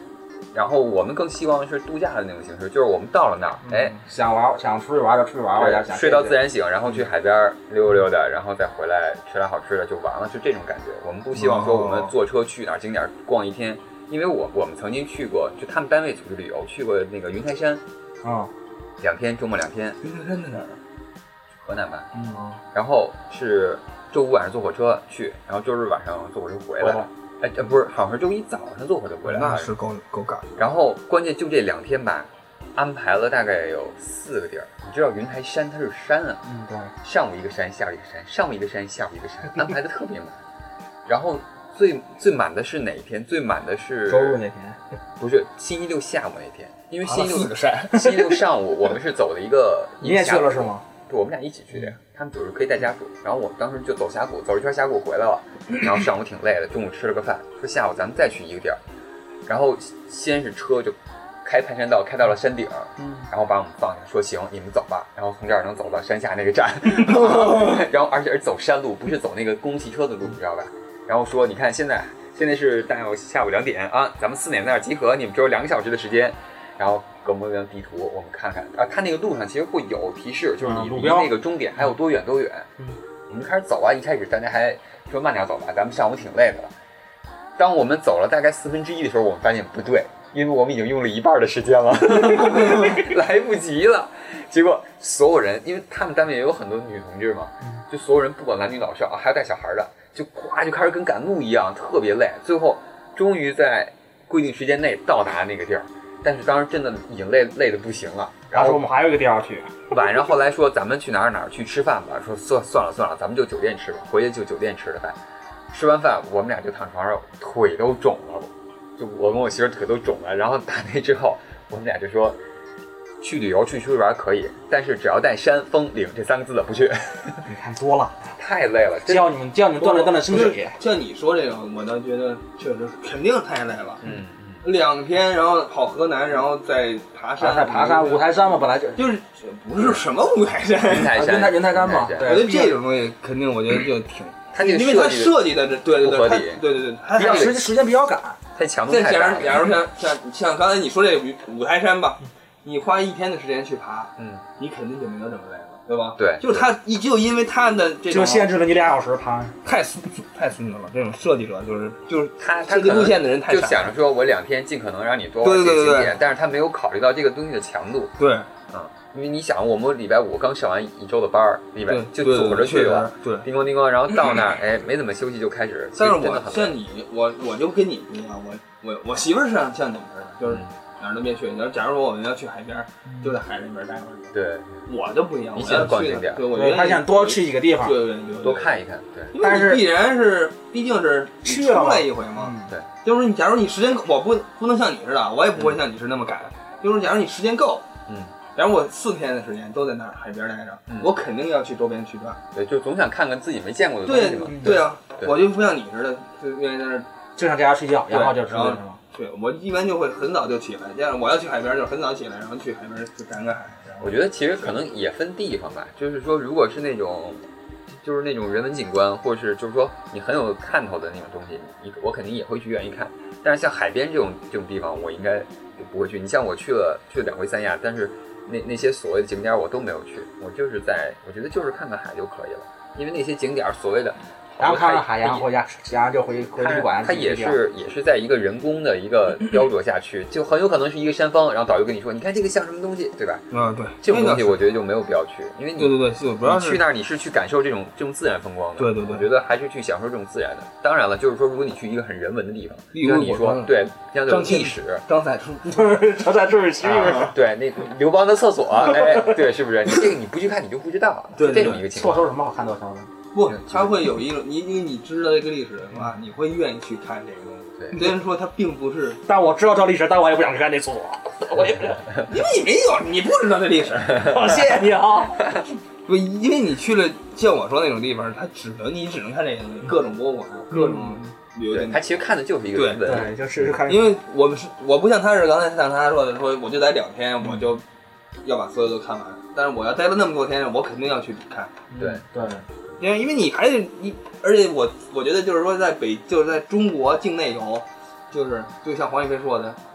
然后我们更希望是度假的那种形式，就是我们到了那儿，哎、 嗯，想玩想出去玩就出去玩玩，想睡到自然醒，然后去海边溜达溜达，然后再回来吃点好吃的就完了，就这种感觉。我们不希望说我们坐车去哪儿景点逛一天，因为我我们曾经去过，就他们单位组织旅游去过那个云台山， 啊、嗯， 两天周末两天。 云台山在哪儿？ 河南吧。 嗯， 然后是周五晚上坐火车去，然后周日晚上坐火车回来。哎，呃，不是，好像是周一早上坐火车回来。 那是够够赶。 然后关键就这两天吧，安排了大概有四个地儿。你知道云台山它是山啊， 嗯，对， 上午一个山，下午一个山，上午一个山，下午一个山，安排的特别满。然后最最满的是哪一天？最满的是周日那天， 不是星期六下午那天，因为星期六个山， 星期六上午我们是走了一个， 你也去了是吗？ 我们俩一起去的呀，他们组织可以带家属，然后我们当时就走峡谷，走一圈峡谷回来了，然后上午挺累的，中午吃了个饭，说下午咱们再去一个地儿，然后先是车就开盘山道开到了山顶， 嗯， 然后把我们放下，说行，你们走吧，然后从这儿能走到山下那个站，然后而且是走山路，不是走那个公共汽车的路，你知道吧？然后说你看现在现在是大概下午两点啊，咱们四点在那儿集合，你们只有两个小时的时间。然后给我们地图，我们看看啊，它那个路上其实会有提示，就是你离那个终点还有多远多远。 嗯， 我们开始走啊，一开始大家还说慢点走吧，咱们上午挺累的了。当我们走了大概四分之一的时候，我们发现不对，因为我们已经用了一半的时间了，来不及了。结果所有人，因为他们单位也有很多女同志嘛，就所有人不管男女老少，还有带小孩的，就咵就开始跟赶路一样，特别累。最后终于在规定时间内到达那个地儿。但是当时真的已经累累得不行了， 然后我们还有一个地儿去。 晚上后来说咱们去哪儿哪儿去吃饭吧，说算算了算了，咱们就酒店吃吧，回去就酒店吃的饭。吃完饭我们俩就躺床上，腿都肿了，就我跟我媳妇腿都肿了。然后打那之后，我们俩就说，去旅游去出去玩可以，但是只要带山峰岭这三个字的不去。 你看多了， 太累了， 叫你们叫你们锻炼锻炼身体。 像你说这个，我倒觉得确实肯定太累了。 嗯。 两天，然后跑河南，然后再爬山， 再爬山，五台山嘛，本来就就是不是什么五台山， 云台山， 云台云台山嘛。 对，我觉得这种东西肯定，我觉得就挺， 它这个因为它设计的这，对对对，它对对对，它比较时时间比较赶， 它强度太大。 再假如假如像像像刚才你说这个五台山吧，你花一天的时间去爬， 嗯， 你肯定就没有这么累了。对吧？ 对， 就是他，就因为他的这种就限制了你俩小时爬， 太孙太孙子了。这种设计者就是就是他设计路线的人太就想着说我两天尽可能让你多对对对景点，但是他没有考虑到这个东西的强度。 对， 嗯，因为你想，我们礼拜五刚上完一周的班儿，礼拜就走着去了， 对， 叮咣叮咣，然后到那儿，哎，没怎么休息就开始。 但是我像你，我我就跟你不一样，我我我媳妇儿是像像你们似的，就是。哪儿都别去。你要假如说我们要去海边，就在海里边待会儿。 对， 我就不一样， 你喜欢逛景点， 对，我觉得他想多去几个地方， 对对对， 多看一看，对。 但是必然是，毕竟是去了来一回嘛， 对。 就是你，假如你时间，我不不能像你似的，我也不会像你是那么赶。就是假如你时间够， 嗯， 假如我四天的时间都在那儿海边待着，我肯定要去周边去转。 对，就总想看看自己没见过的东西嘛。 对啊，我就不像你似的，就愿意在那儿就想在家睡觉，然后就出去是吗？ 对，我一般就会很早就起来，这样我要去海边就很早起来，然后去海边去赶个海。 我觉得其实可能也分地方吧，就是说，如果是那种，就是那种人文景观，或是就是说你很有看头的那种东西，你我肯定也会去愿意看。但是像海边这种这种地方，我应该就不会去。你像我去了去了两回三亚，但是那那些所谓的景点我都没有去，我就是在我觉得就是看看海就可以了，因为那些景点所谓的。 然后看看海洋，回家，然后就回回旅馆。 它也是也是在一个人工的一个雕琢下去，就很有可能是一个山峰，然后导游跟你说，你看这个像什么东西，对吧？ 啊，对， 这种东西我觉得就没有必要去，因为你对对对，主要是去那儿你是去感受这种这种自然风光的。 对对对， 我觉得还是去享受这种自然的。当然了，就是说如果你去一个很人文的地方，就像你说，对，像这种历史， 张载柱， 张载柱是区域， 对，那刘邦的厕所，哎，对，是不是？你这个你不去看你就不知道， 对这种一个情况。 厕所有什么好看的？我不，他会有一种，你因为你知道这个历史的话，你会愿意去看这个东西。虽然说它并不是， 但我知道这历史，但我也不想去看那厕所。我也不， 因为你没有，你不知道这历史。 谢谢你啊。 不，因为你去了像我说那种地方，它只能你只能看这个东西，各种博物馆，各种旅游景点。 它其实看的就是一个人文， 对，就是看。 因为我们是，我不像他是刚才像他说的，说我就待两天，我就要把所有都看完。但是我要待了那么多天，我肯定要去看。 对对。 因为因为你还是你，而且我我觉得就是说，在北就是在中国境内游，就是就像黄一飞说的，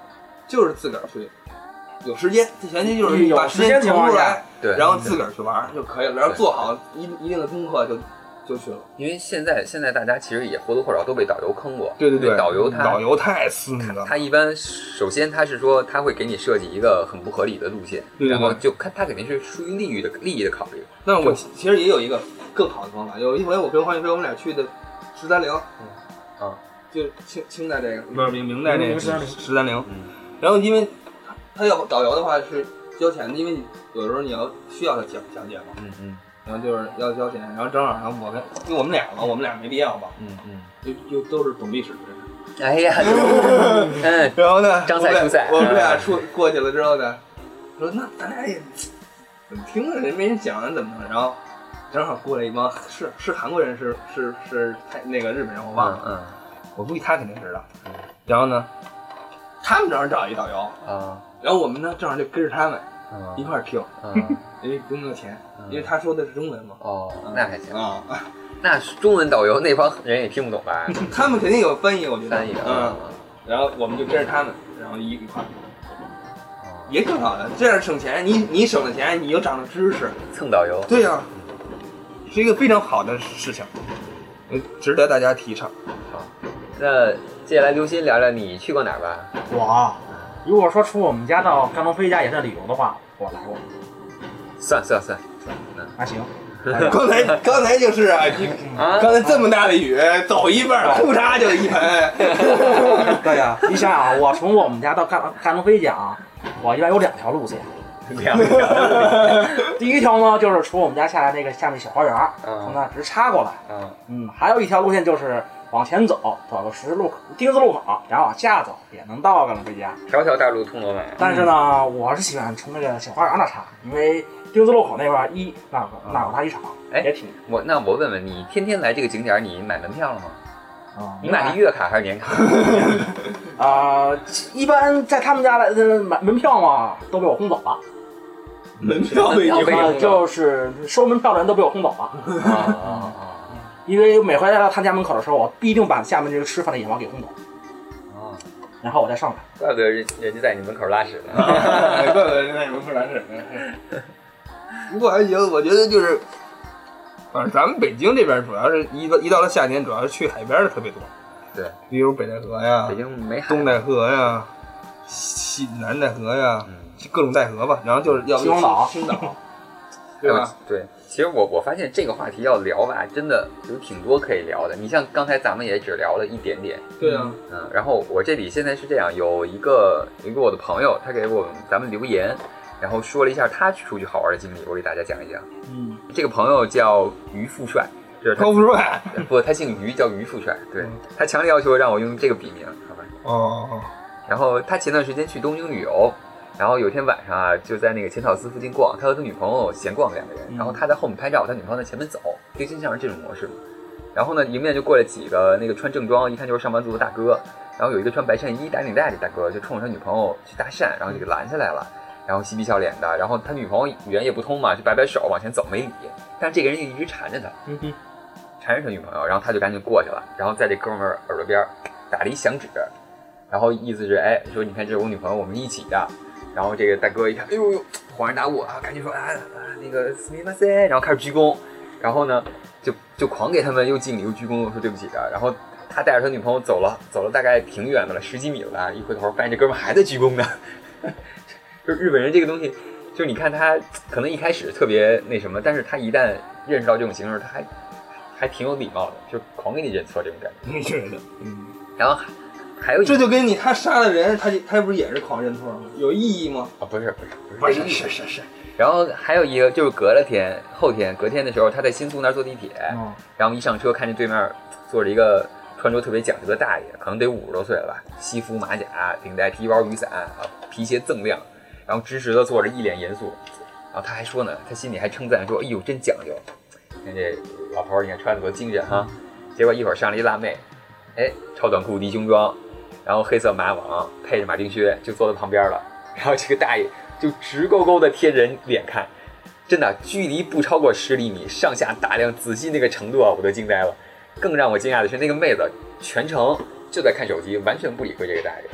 就是自个儿去，有时间，这前提就是把时间腾出来， 对， 然后自个儿去玩就可以了，然后做好一一定的功课就就去了。 因为现在现在大家其实也或多或少都被导游坑过。 对对对， 导游他导游太死你了。 他一般首先他是说他会给你设计一个很不合理的路线， 对对对然后就看他肯定是出于利益的利益的考虑。 那我其实也有一个更好的方法，有一回我跟黄宇飞我们俩去的十三陵， 嗯啊， 就清清代这个不是明明代这个十三陵， 嗯， 然后因为他要导游的话是交钱的，因为你有时候你要需要他讲讲解嘛， 嗯嗯， 然后就是要交钱，然后正好然后我跟因为我们俩嘛，我们俩没必要吧， 嗯嗯， 就就都是懂历史的人， 哎呀，嗯， 然后呢， 张赛出赛， 我们俩出过去了之后呢，说那咱俩也怎么听着人没人讲怎么的，然后正好过来一帮是是韩国人是是是泰那个日本人我忘了， 嗯， 我估计他肯定知道，然后呢，他们正好找一导游啊， 然后我们呢正好就跟着他们一块儿听， 嗯， 因为不用钱，因为他说的是中文嘛， 哦，那还行啊， 那中文导游那帮人也听不懂吧？ 他们肯定有翻译，我觉得翻译， 嗯，然后我们就跟着他们，然后一一块儿。也挺好的，这样省钱，你你省了钱，你又长了知识。 蹭导游， 对呀、啊，是一个非常好的事情，嗯，值得大家提倡。 好，那接下来刘鑫聊聊你去过哪儿吧？ 我如果说除我们家到甘龙飞家也算旅游的话，我来过。 算算算算，嗯， 还行。 刚才刚才就是啊，你啊， 刚才这么大的雨，走一半，裤衩就一盆。 对呀、啊，你想想，我从我们家到甘甘龙飞家，我一般有两条路线。 两条。 第一条呢，就是从我们家下来那个下面小花园， 嗯、 从那直插过来。 嗯嗯，还有一条路线就是往前走，走个十字路口、丁字路口，然后往下走，也能到甘龙飞家。 条条大路通罗马。 但是呢，我是喜欢从那个小花园那插，因为丁字路口那块一那有那有大剧场， 哎， 也挺。 我那我问问你，天天来这个景点，你买门票了吗？ 啊， 你买的月卡还是年卡？ 啊、呃，一般在他们家来的买门票嘛，都被我轰走了。 门票被你啊，就是收门票的人都被我轰走了。 啊啊啊！ 因为每回来到他家门口的时候，我必定把下面这个吃饭的野猫给轰走。 啊， 然后我再上来。 怪不得人人家在你门口拉屎呢。 怪不得人在你门口拉屎呢。不过还行，我觉得就是。反正咱们北京这边主要是一到一到了夏天，主要是去海边的特别多。 对， 比如北戴河呀， 北京没海， 东戴河呀，西南戴河呀，嗯、各种戴河吧。然后就是要青岛， 青岛，对吧？ 对，其实我我发现这个话题要聊吧，真的有挺多可以聊的。你像刚才咱们也只聊了一点点。 对啊， 嗯，然后我这里现在是这样，有一个有一个我的朋友，他给我们咱们留言。然后说了一下他出去好玩的经历，我给大家讲一讲。 嗯， 这个朋友叫于富帅，就是高富帅， 不，他姓于，叫于富帅。对、嗯、他强烈要求让我用这个笔名，好吧？ 哦。 然后他前段时间去东京旅游，然后有天晚上啊，就在那个浅草寺附近逛，他和他女朋友闲逛两个人，然后他在后面拍照，他女朋友在前面走，就经常是这种模式嘛。然后呢，迎面就过来几个那个穿正装，一看就是上班族的大哥，然后有一个穿白衬衣打领带的大哥，就冲着他女朋友去搭讪，然后就给拦下来了。然后嬉皮笑脸的，然后他女朋友语言也不通嘛，就摆摆手往前走没理，但是这个人就一直缠着他， 嗯哼， 缠着他女朋友，然后他就赶紧过去了，然后在这哥们儿耳朵边打了一响指，然后意思是哎说你看这是我女朋友，我们一起的，然后这个大哥一看，哎呦呦，恍然大悟啊，赶紧说啊啊那个斯密马塞，然后开始鞠躬，然后呢就就狂给他们又敬礼又鞠躬，说对不起的，然后他带着他女朋友走了走了大概挺远的了，十几米了，一回头发现这哥们儿还在鞠躬呢。就是日本人这个东西，就是你看他可能一开始特别那什么，但是他一旦认识到这种形式，他还还挺有礼貌的，就狂给你认错这种感觉。 你觉得？嗯。 然后还还有一， 这就跟你他杀了人，他他不是也是狂认错吗？有意义吗？ 啊、哦，不是不是不是不是是是是。 然后还有一个就是隔了天后天隔天的时候，他在新宿那儿坐地铁，嗯、然后一上车看见对面坐着一个穿着特别讲究的大爷，可能得五十多岁了吧，西服马甲，领带皮包雨伞啊，皮鞋锃亮。然后直直的坐着，一脸严肃，然后他还说呢，他心里还称赞说：“哎呦，真讲究！看这老头儿，你看穿的多精神哈。”结果一会儿上了一辣妹，哎，超短裤低胸装，然后黑色马网，配着马丁靴，就坐在旁边了。然后这个大爷就直勾勾的贴着人脸看，真的距离不超过十厘米，上下打量仔细那个程度啊，我都惊呆了。更让我惊讶的是，那个妹子全程就在看手机，完全不理会这个大爷。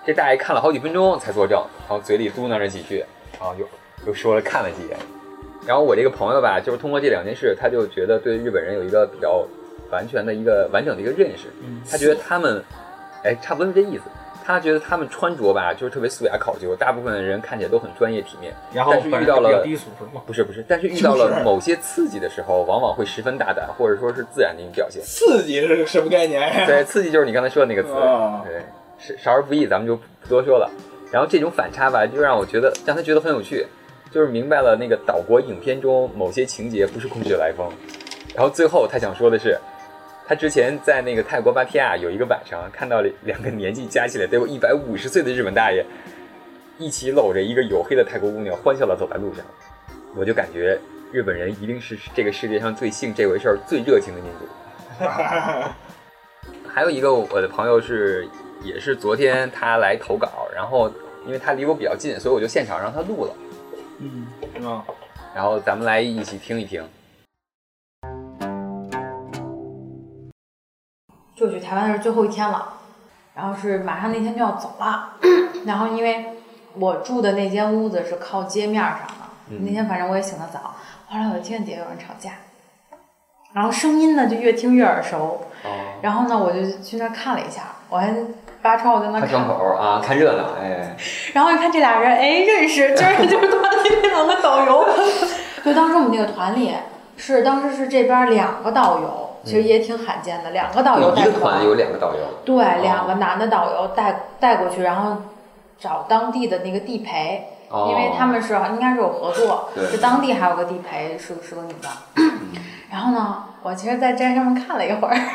这大爷看了好几分钟才作证，然后嘴里嘟囔着几句，然后又又说了看了几眼。然后我这个朋友吧，就是通过这两件事，他就觉得对日本人有一个比较完全的一个完整的一个认识。他觉得他们，哎，差不多是这意思。他觉得他们穿着吧，就是特别素雅考究，大部分人看起来都很专业体面。 然后但是遇到了低俗是吗？ 不是不是，但是遇到了某些刺激的时候，往往会十分大胆，或者说是自然的一种表现。 刺激是个什么概念呀？ 对，刺激就是你刚才说的那个词。 哦、 对，是少儿不宜，咱们就不多说了。然后这种反差吧，就让我觉得让他觉得很有趣。就是明白了那个岛国影片中某些情节不是空穴来风，然后最后他想说的是，他之前在那个泰国芭提雅有一个晚上看到了两个年纪加起来得有一百五十岁的日本大爷，一起搂着一个黝黑的泰国姑娘欢笑地走在路上，我就感觉日本人一定是这个世界上最信这回事儿最热情的民族。还有一个我的朋友是也是昨天他来投稿，然后因为他离我比较近，所以我就现场让他录了。 嗯啊， 然后咱们来一起听一听。 就去台湾是最后一天了，然后是马上那天就要走了，然后因为我住的那间屋子是靠街面上的，嗯、那天反正我也醒得早，后来我就听见底下有人吵架，然后声音呢就越听越耳熟，哦、然后呢我就去那看了一下，我还扒窗户在那看， 看窗口啊，看热闹，哎， 然后一看这俩人，哎，认识，就是就是团里那两个导游，就当时我们那个团里是当时是这边两个导游。其实也挺罕见的，两个导游带一个团有两个导游， 对，哦、两个男的导游带带过去，然后找当地的那个地陪，哦、因为他们是应该是有合作，是当地还有个地陪，是是个女的。然后呢，我其实，在站上面看了一会儿，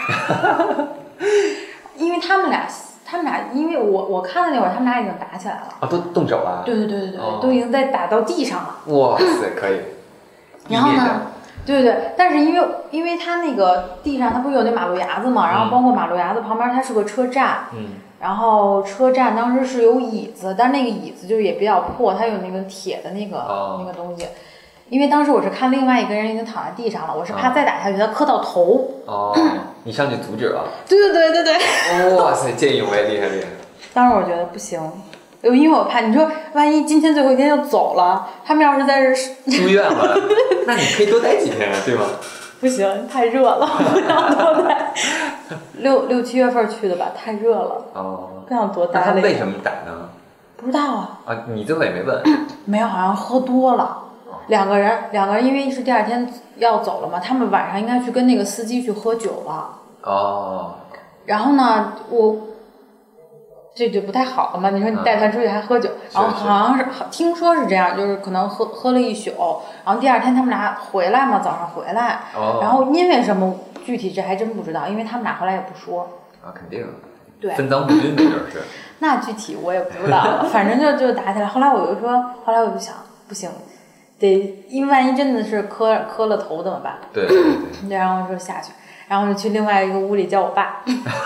因为他们俩，他们俩，因为我我看的那会儿，他们俩已经打起来了啊， 都动手了， 对对对对对，哦、都已经在打到地上了。 哇塞，可以。 然后呢？对对对，但是因为因为它那个地上它不是有那马路牙子嘛，然后包括马路牙子旁边它是个车站，嗯，然后车站当时是有椅子，但那个椅子就也比较破，它有那个铁的那个、哦、那个东西。因为当时我是看另外一个人已经躺在地上了，我是怕再打下去他磕到头。 哦，你上去阻止了？ 对对对对对。 哇塞，见义勇为，厉害厉害。 当时我觉得不行。因为我怕你说万一今天最后一天就走了，他们要是在这住院了，那你可以多待几天啊，对吗？ 不行，太热了，不想多待。六六七月份去的吧，太热了。哦。不想多待了。 那他为什么打呢？ 不知道啊。 啊，你最后也没问？ 没有，好像喝多了。两个人，两个人因为是第二天要走了嘛，他们晚上应该去跟那个司机去喝酒了。哦。然后呢，我。这就不太好了嘛？你说你带团出去还喝酒，嗯、然后好像是听说是这样，就是可能喝喝了一宿，然后第二天他们俩回来嘛，早上回来，哦、然后因为什么具体这还真不知道，因为他们俩后来也不说。啊， 肯定。 对。 分赃不均那就是。 那具体我也不知道，反正就就打起来。后来我就说，后来我就想，不行，得因为万一真的是磕磕了头怎么办？ 对对对。然后就下去，然后就去另外一个屋里叫我爸。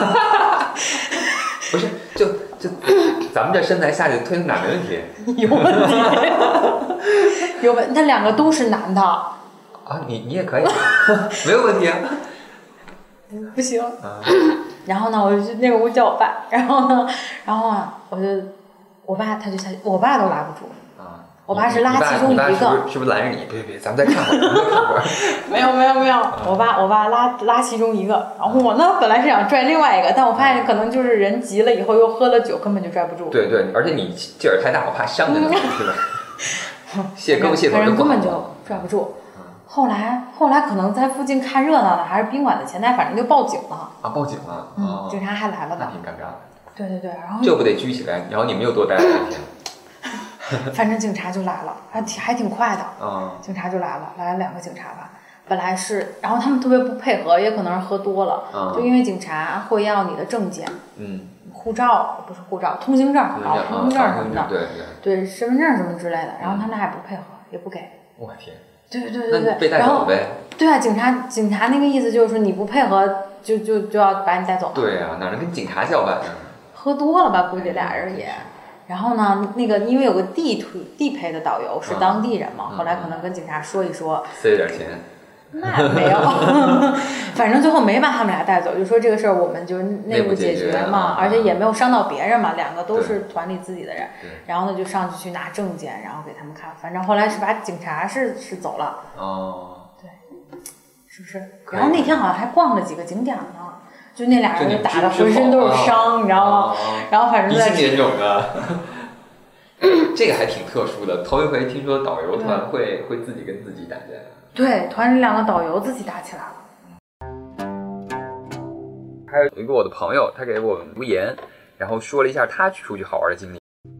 不是，就就咱们这身材下去推哪没问题？ 有问题，有问，他两个都是男的。 啊，你你也可以，没有问题啊。 不行。啊、然后呢，我就去那个屋叫我爸，然后呢，然后啊，我就我爸他就下去，我爸都拉不住。我爸是拉其中一个， 是不是是不是拦着你？别别，咱们再看会儿，咱们再看会儿。 没有没有没有，我爸我爸拉拉其中一个，然后我呢本来是想拽另外一个，但我发现可能就是人急了以后又喝了酒，根本就拽不住。 对对，而且你劲儿太大，我怕伤着你，是吧？卸胳膊卸腿就根本就拽不住。后来后来可能在附近看热闹的，还是宾馆的前台，反正就报警了。 啊，报警了。 嗯，警察还来了呢。 那挺尴尬的。 对对对，然后这不得拘起来？然后你们又多待了两天。 反正警察就来了，还挺还挺快的。嗯，警察就来了，来了两个警察吧。本来是，然后他们特别不配合，也可能是喝多了。嗯，就因为警察会要你的证件，嗯，护照不是护照，通行证啊，通行证什么的， 对对，对，身份证什么之类的。然后他们还不配合，也不给。 我天！ 对对对对被带走呗。 对啊，警察警察那个意思就是说你不配合，就就就要把你带走。 对啊，哪能跟警察叫板呢？ 喝多了吧，估计俩人也。然后呢，那个因为有个地推地陪的导游是当地人嘛，嗯、后来可能跟警察说一说， 塞点钱。 那没有，反正最后没把他们俩带走，就说这个事儿我们就内部解决嘛，而且也没有伤到别人嘛，两个都是团里自己的人，然后呢就上去去拿证件，然后给他们看，反正后来是把警察是是走了。 哦， 对，是不是？然后那天好像还逛了几个景点呢，就那俩人就打得浑身都是伤，你知道吗？然后反正在鼻青脸肿的。这个还挺特殊的，头一回听说导游团会会自己跟自己打架。 对，团里两个导游自己打起来了。 还有一个我的朋友，他给我们留言，然后说了一下他出去好玩的经历。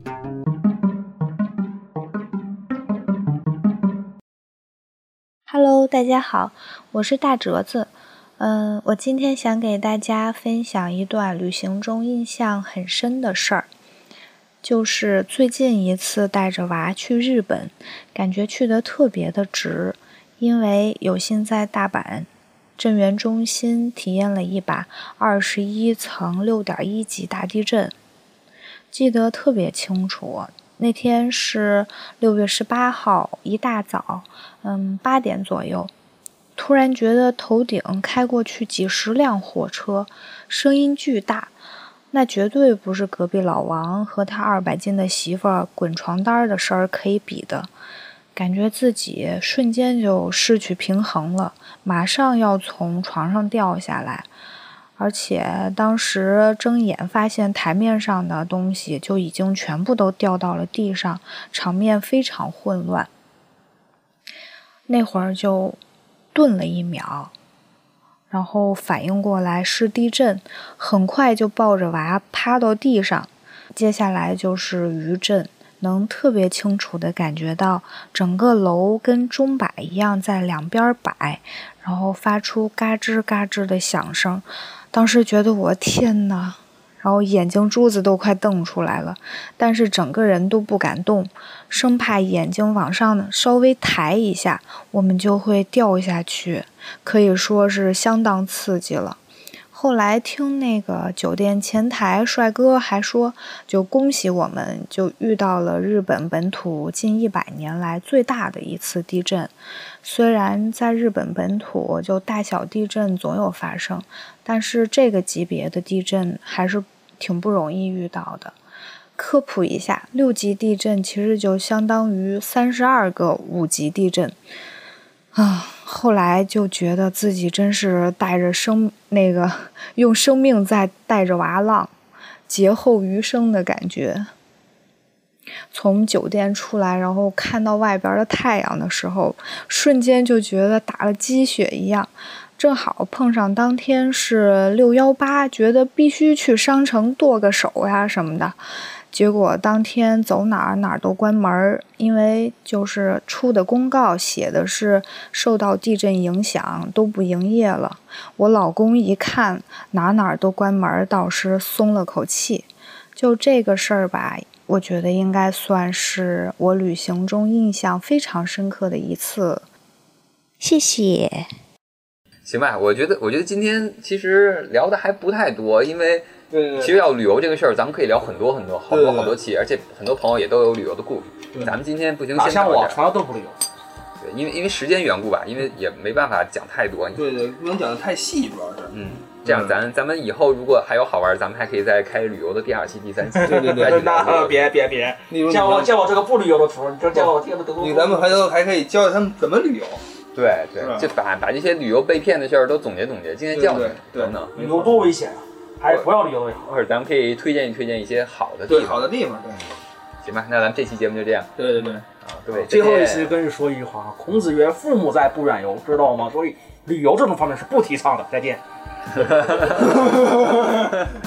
Hello， 大家好，我是大折子。嗯，我今天想给大家分享一段旅行中印象很深的事儿。就是最近一次带着娃去日本，感觉去得特别的值，因为有幸在大阪震源中心体验了一把二十一层六点一级大地震，记得特别清楚。那天是六月十八号，一大早，嗯，八点左右，突然觉得头顶开过去几十辆火车，声音巨大。那绝对不是隔壁老王和他二百斤的媳妇儿滚床单的事儿可以比的，感觉自己瞬间就失去平衡了，马上要从床上掉下来，而且当时睁眼发现台面上的东西就已经全部都掉到了地上，场面非常混乱。那会儿就顿了一秒，然后反应过来是地震，很快就抱着娃趴到地上。接下来就是余震，能特别清楚地感觉到整个楼跟钟摆一样在两边摆，然后发出嘎吱嘎吱的响声。当时觉得我天哪，然后眼睛珠子都快瞪出来了，但是整个人都不敢动，生怕眼睛往上稍微抬一下，我们就会掉下去，可以说是相当刺激了。后来听那个酒店前台帅哥还说，就恭喜我们就遇到了日本本土近一百年来最大的一次地震。虽然在日本本土就大小地震总有发生，但是这个级别的地震还是挺不容易遇到的。科普一下，六级地震其实就相当于三十二个五级地震啊。后来就觉得自己真是带着生那个用生命在带着娃浪，劫后余生的感觉。从酒店出来，然后看到外边的太阳的时候，瞬间就觉得打了鸡血一样。正好碰上当天是六一八，觉得必须去商城剁个手呀什么的。结果当天走哪儿哪儿都关门，因为就是出的公告写的是受到地震影响都不营业了。我老公一看哪哪儿都关门，倒是松了口气。就这个事儿吧，我觉得应该算是我旅行中印象非常深刻的一次。谢谢。 行吧，我觉得我觉得今天其实聊的还不太多，因为其实要旅游这个事儿，咱们可以聊很多很多，好多好多期，而且很多朋友也都有旅游的故事。咱们今天不行， 哪像我从来都不旅游。 对，因为因为时间缘故吧，因为也没办法讲太多。 对对，不能讲的太细，主要是。 嗯，这样咱咱们以后如果还有好玩，咱们还可以再开旅游的第二期、第三期。 对对对， 那别别别，叫我叫我这个不旅游的图，你就叫我听不懂。 咱们还都还可以教他们怎么旅游。 对对，就把把这些旅游被骗的事儿都总结总结，今天教训等等。 旅游多危险啊！还是不要旅游为好。 或者咱们可以推荐推荐一些好的地方。 好的地方，对。 行吧，那咱们这期节目就这样。 对对对。 啊，对。 最后一期跟你说一句话：孔子曰：“父母在，不远游。”知道吗？所以旅游这种方面是不提倡的。再见。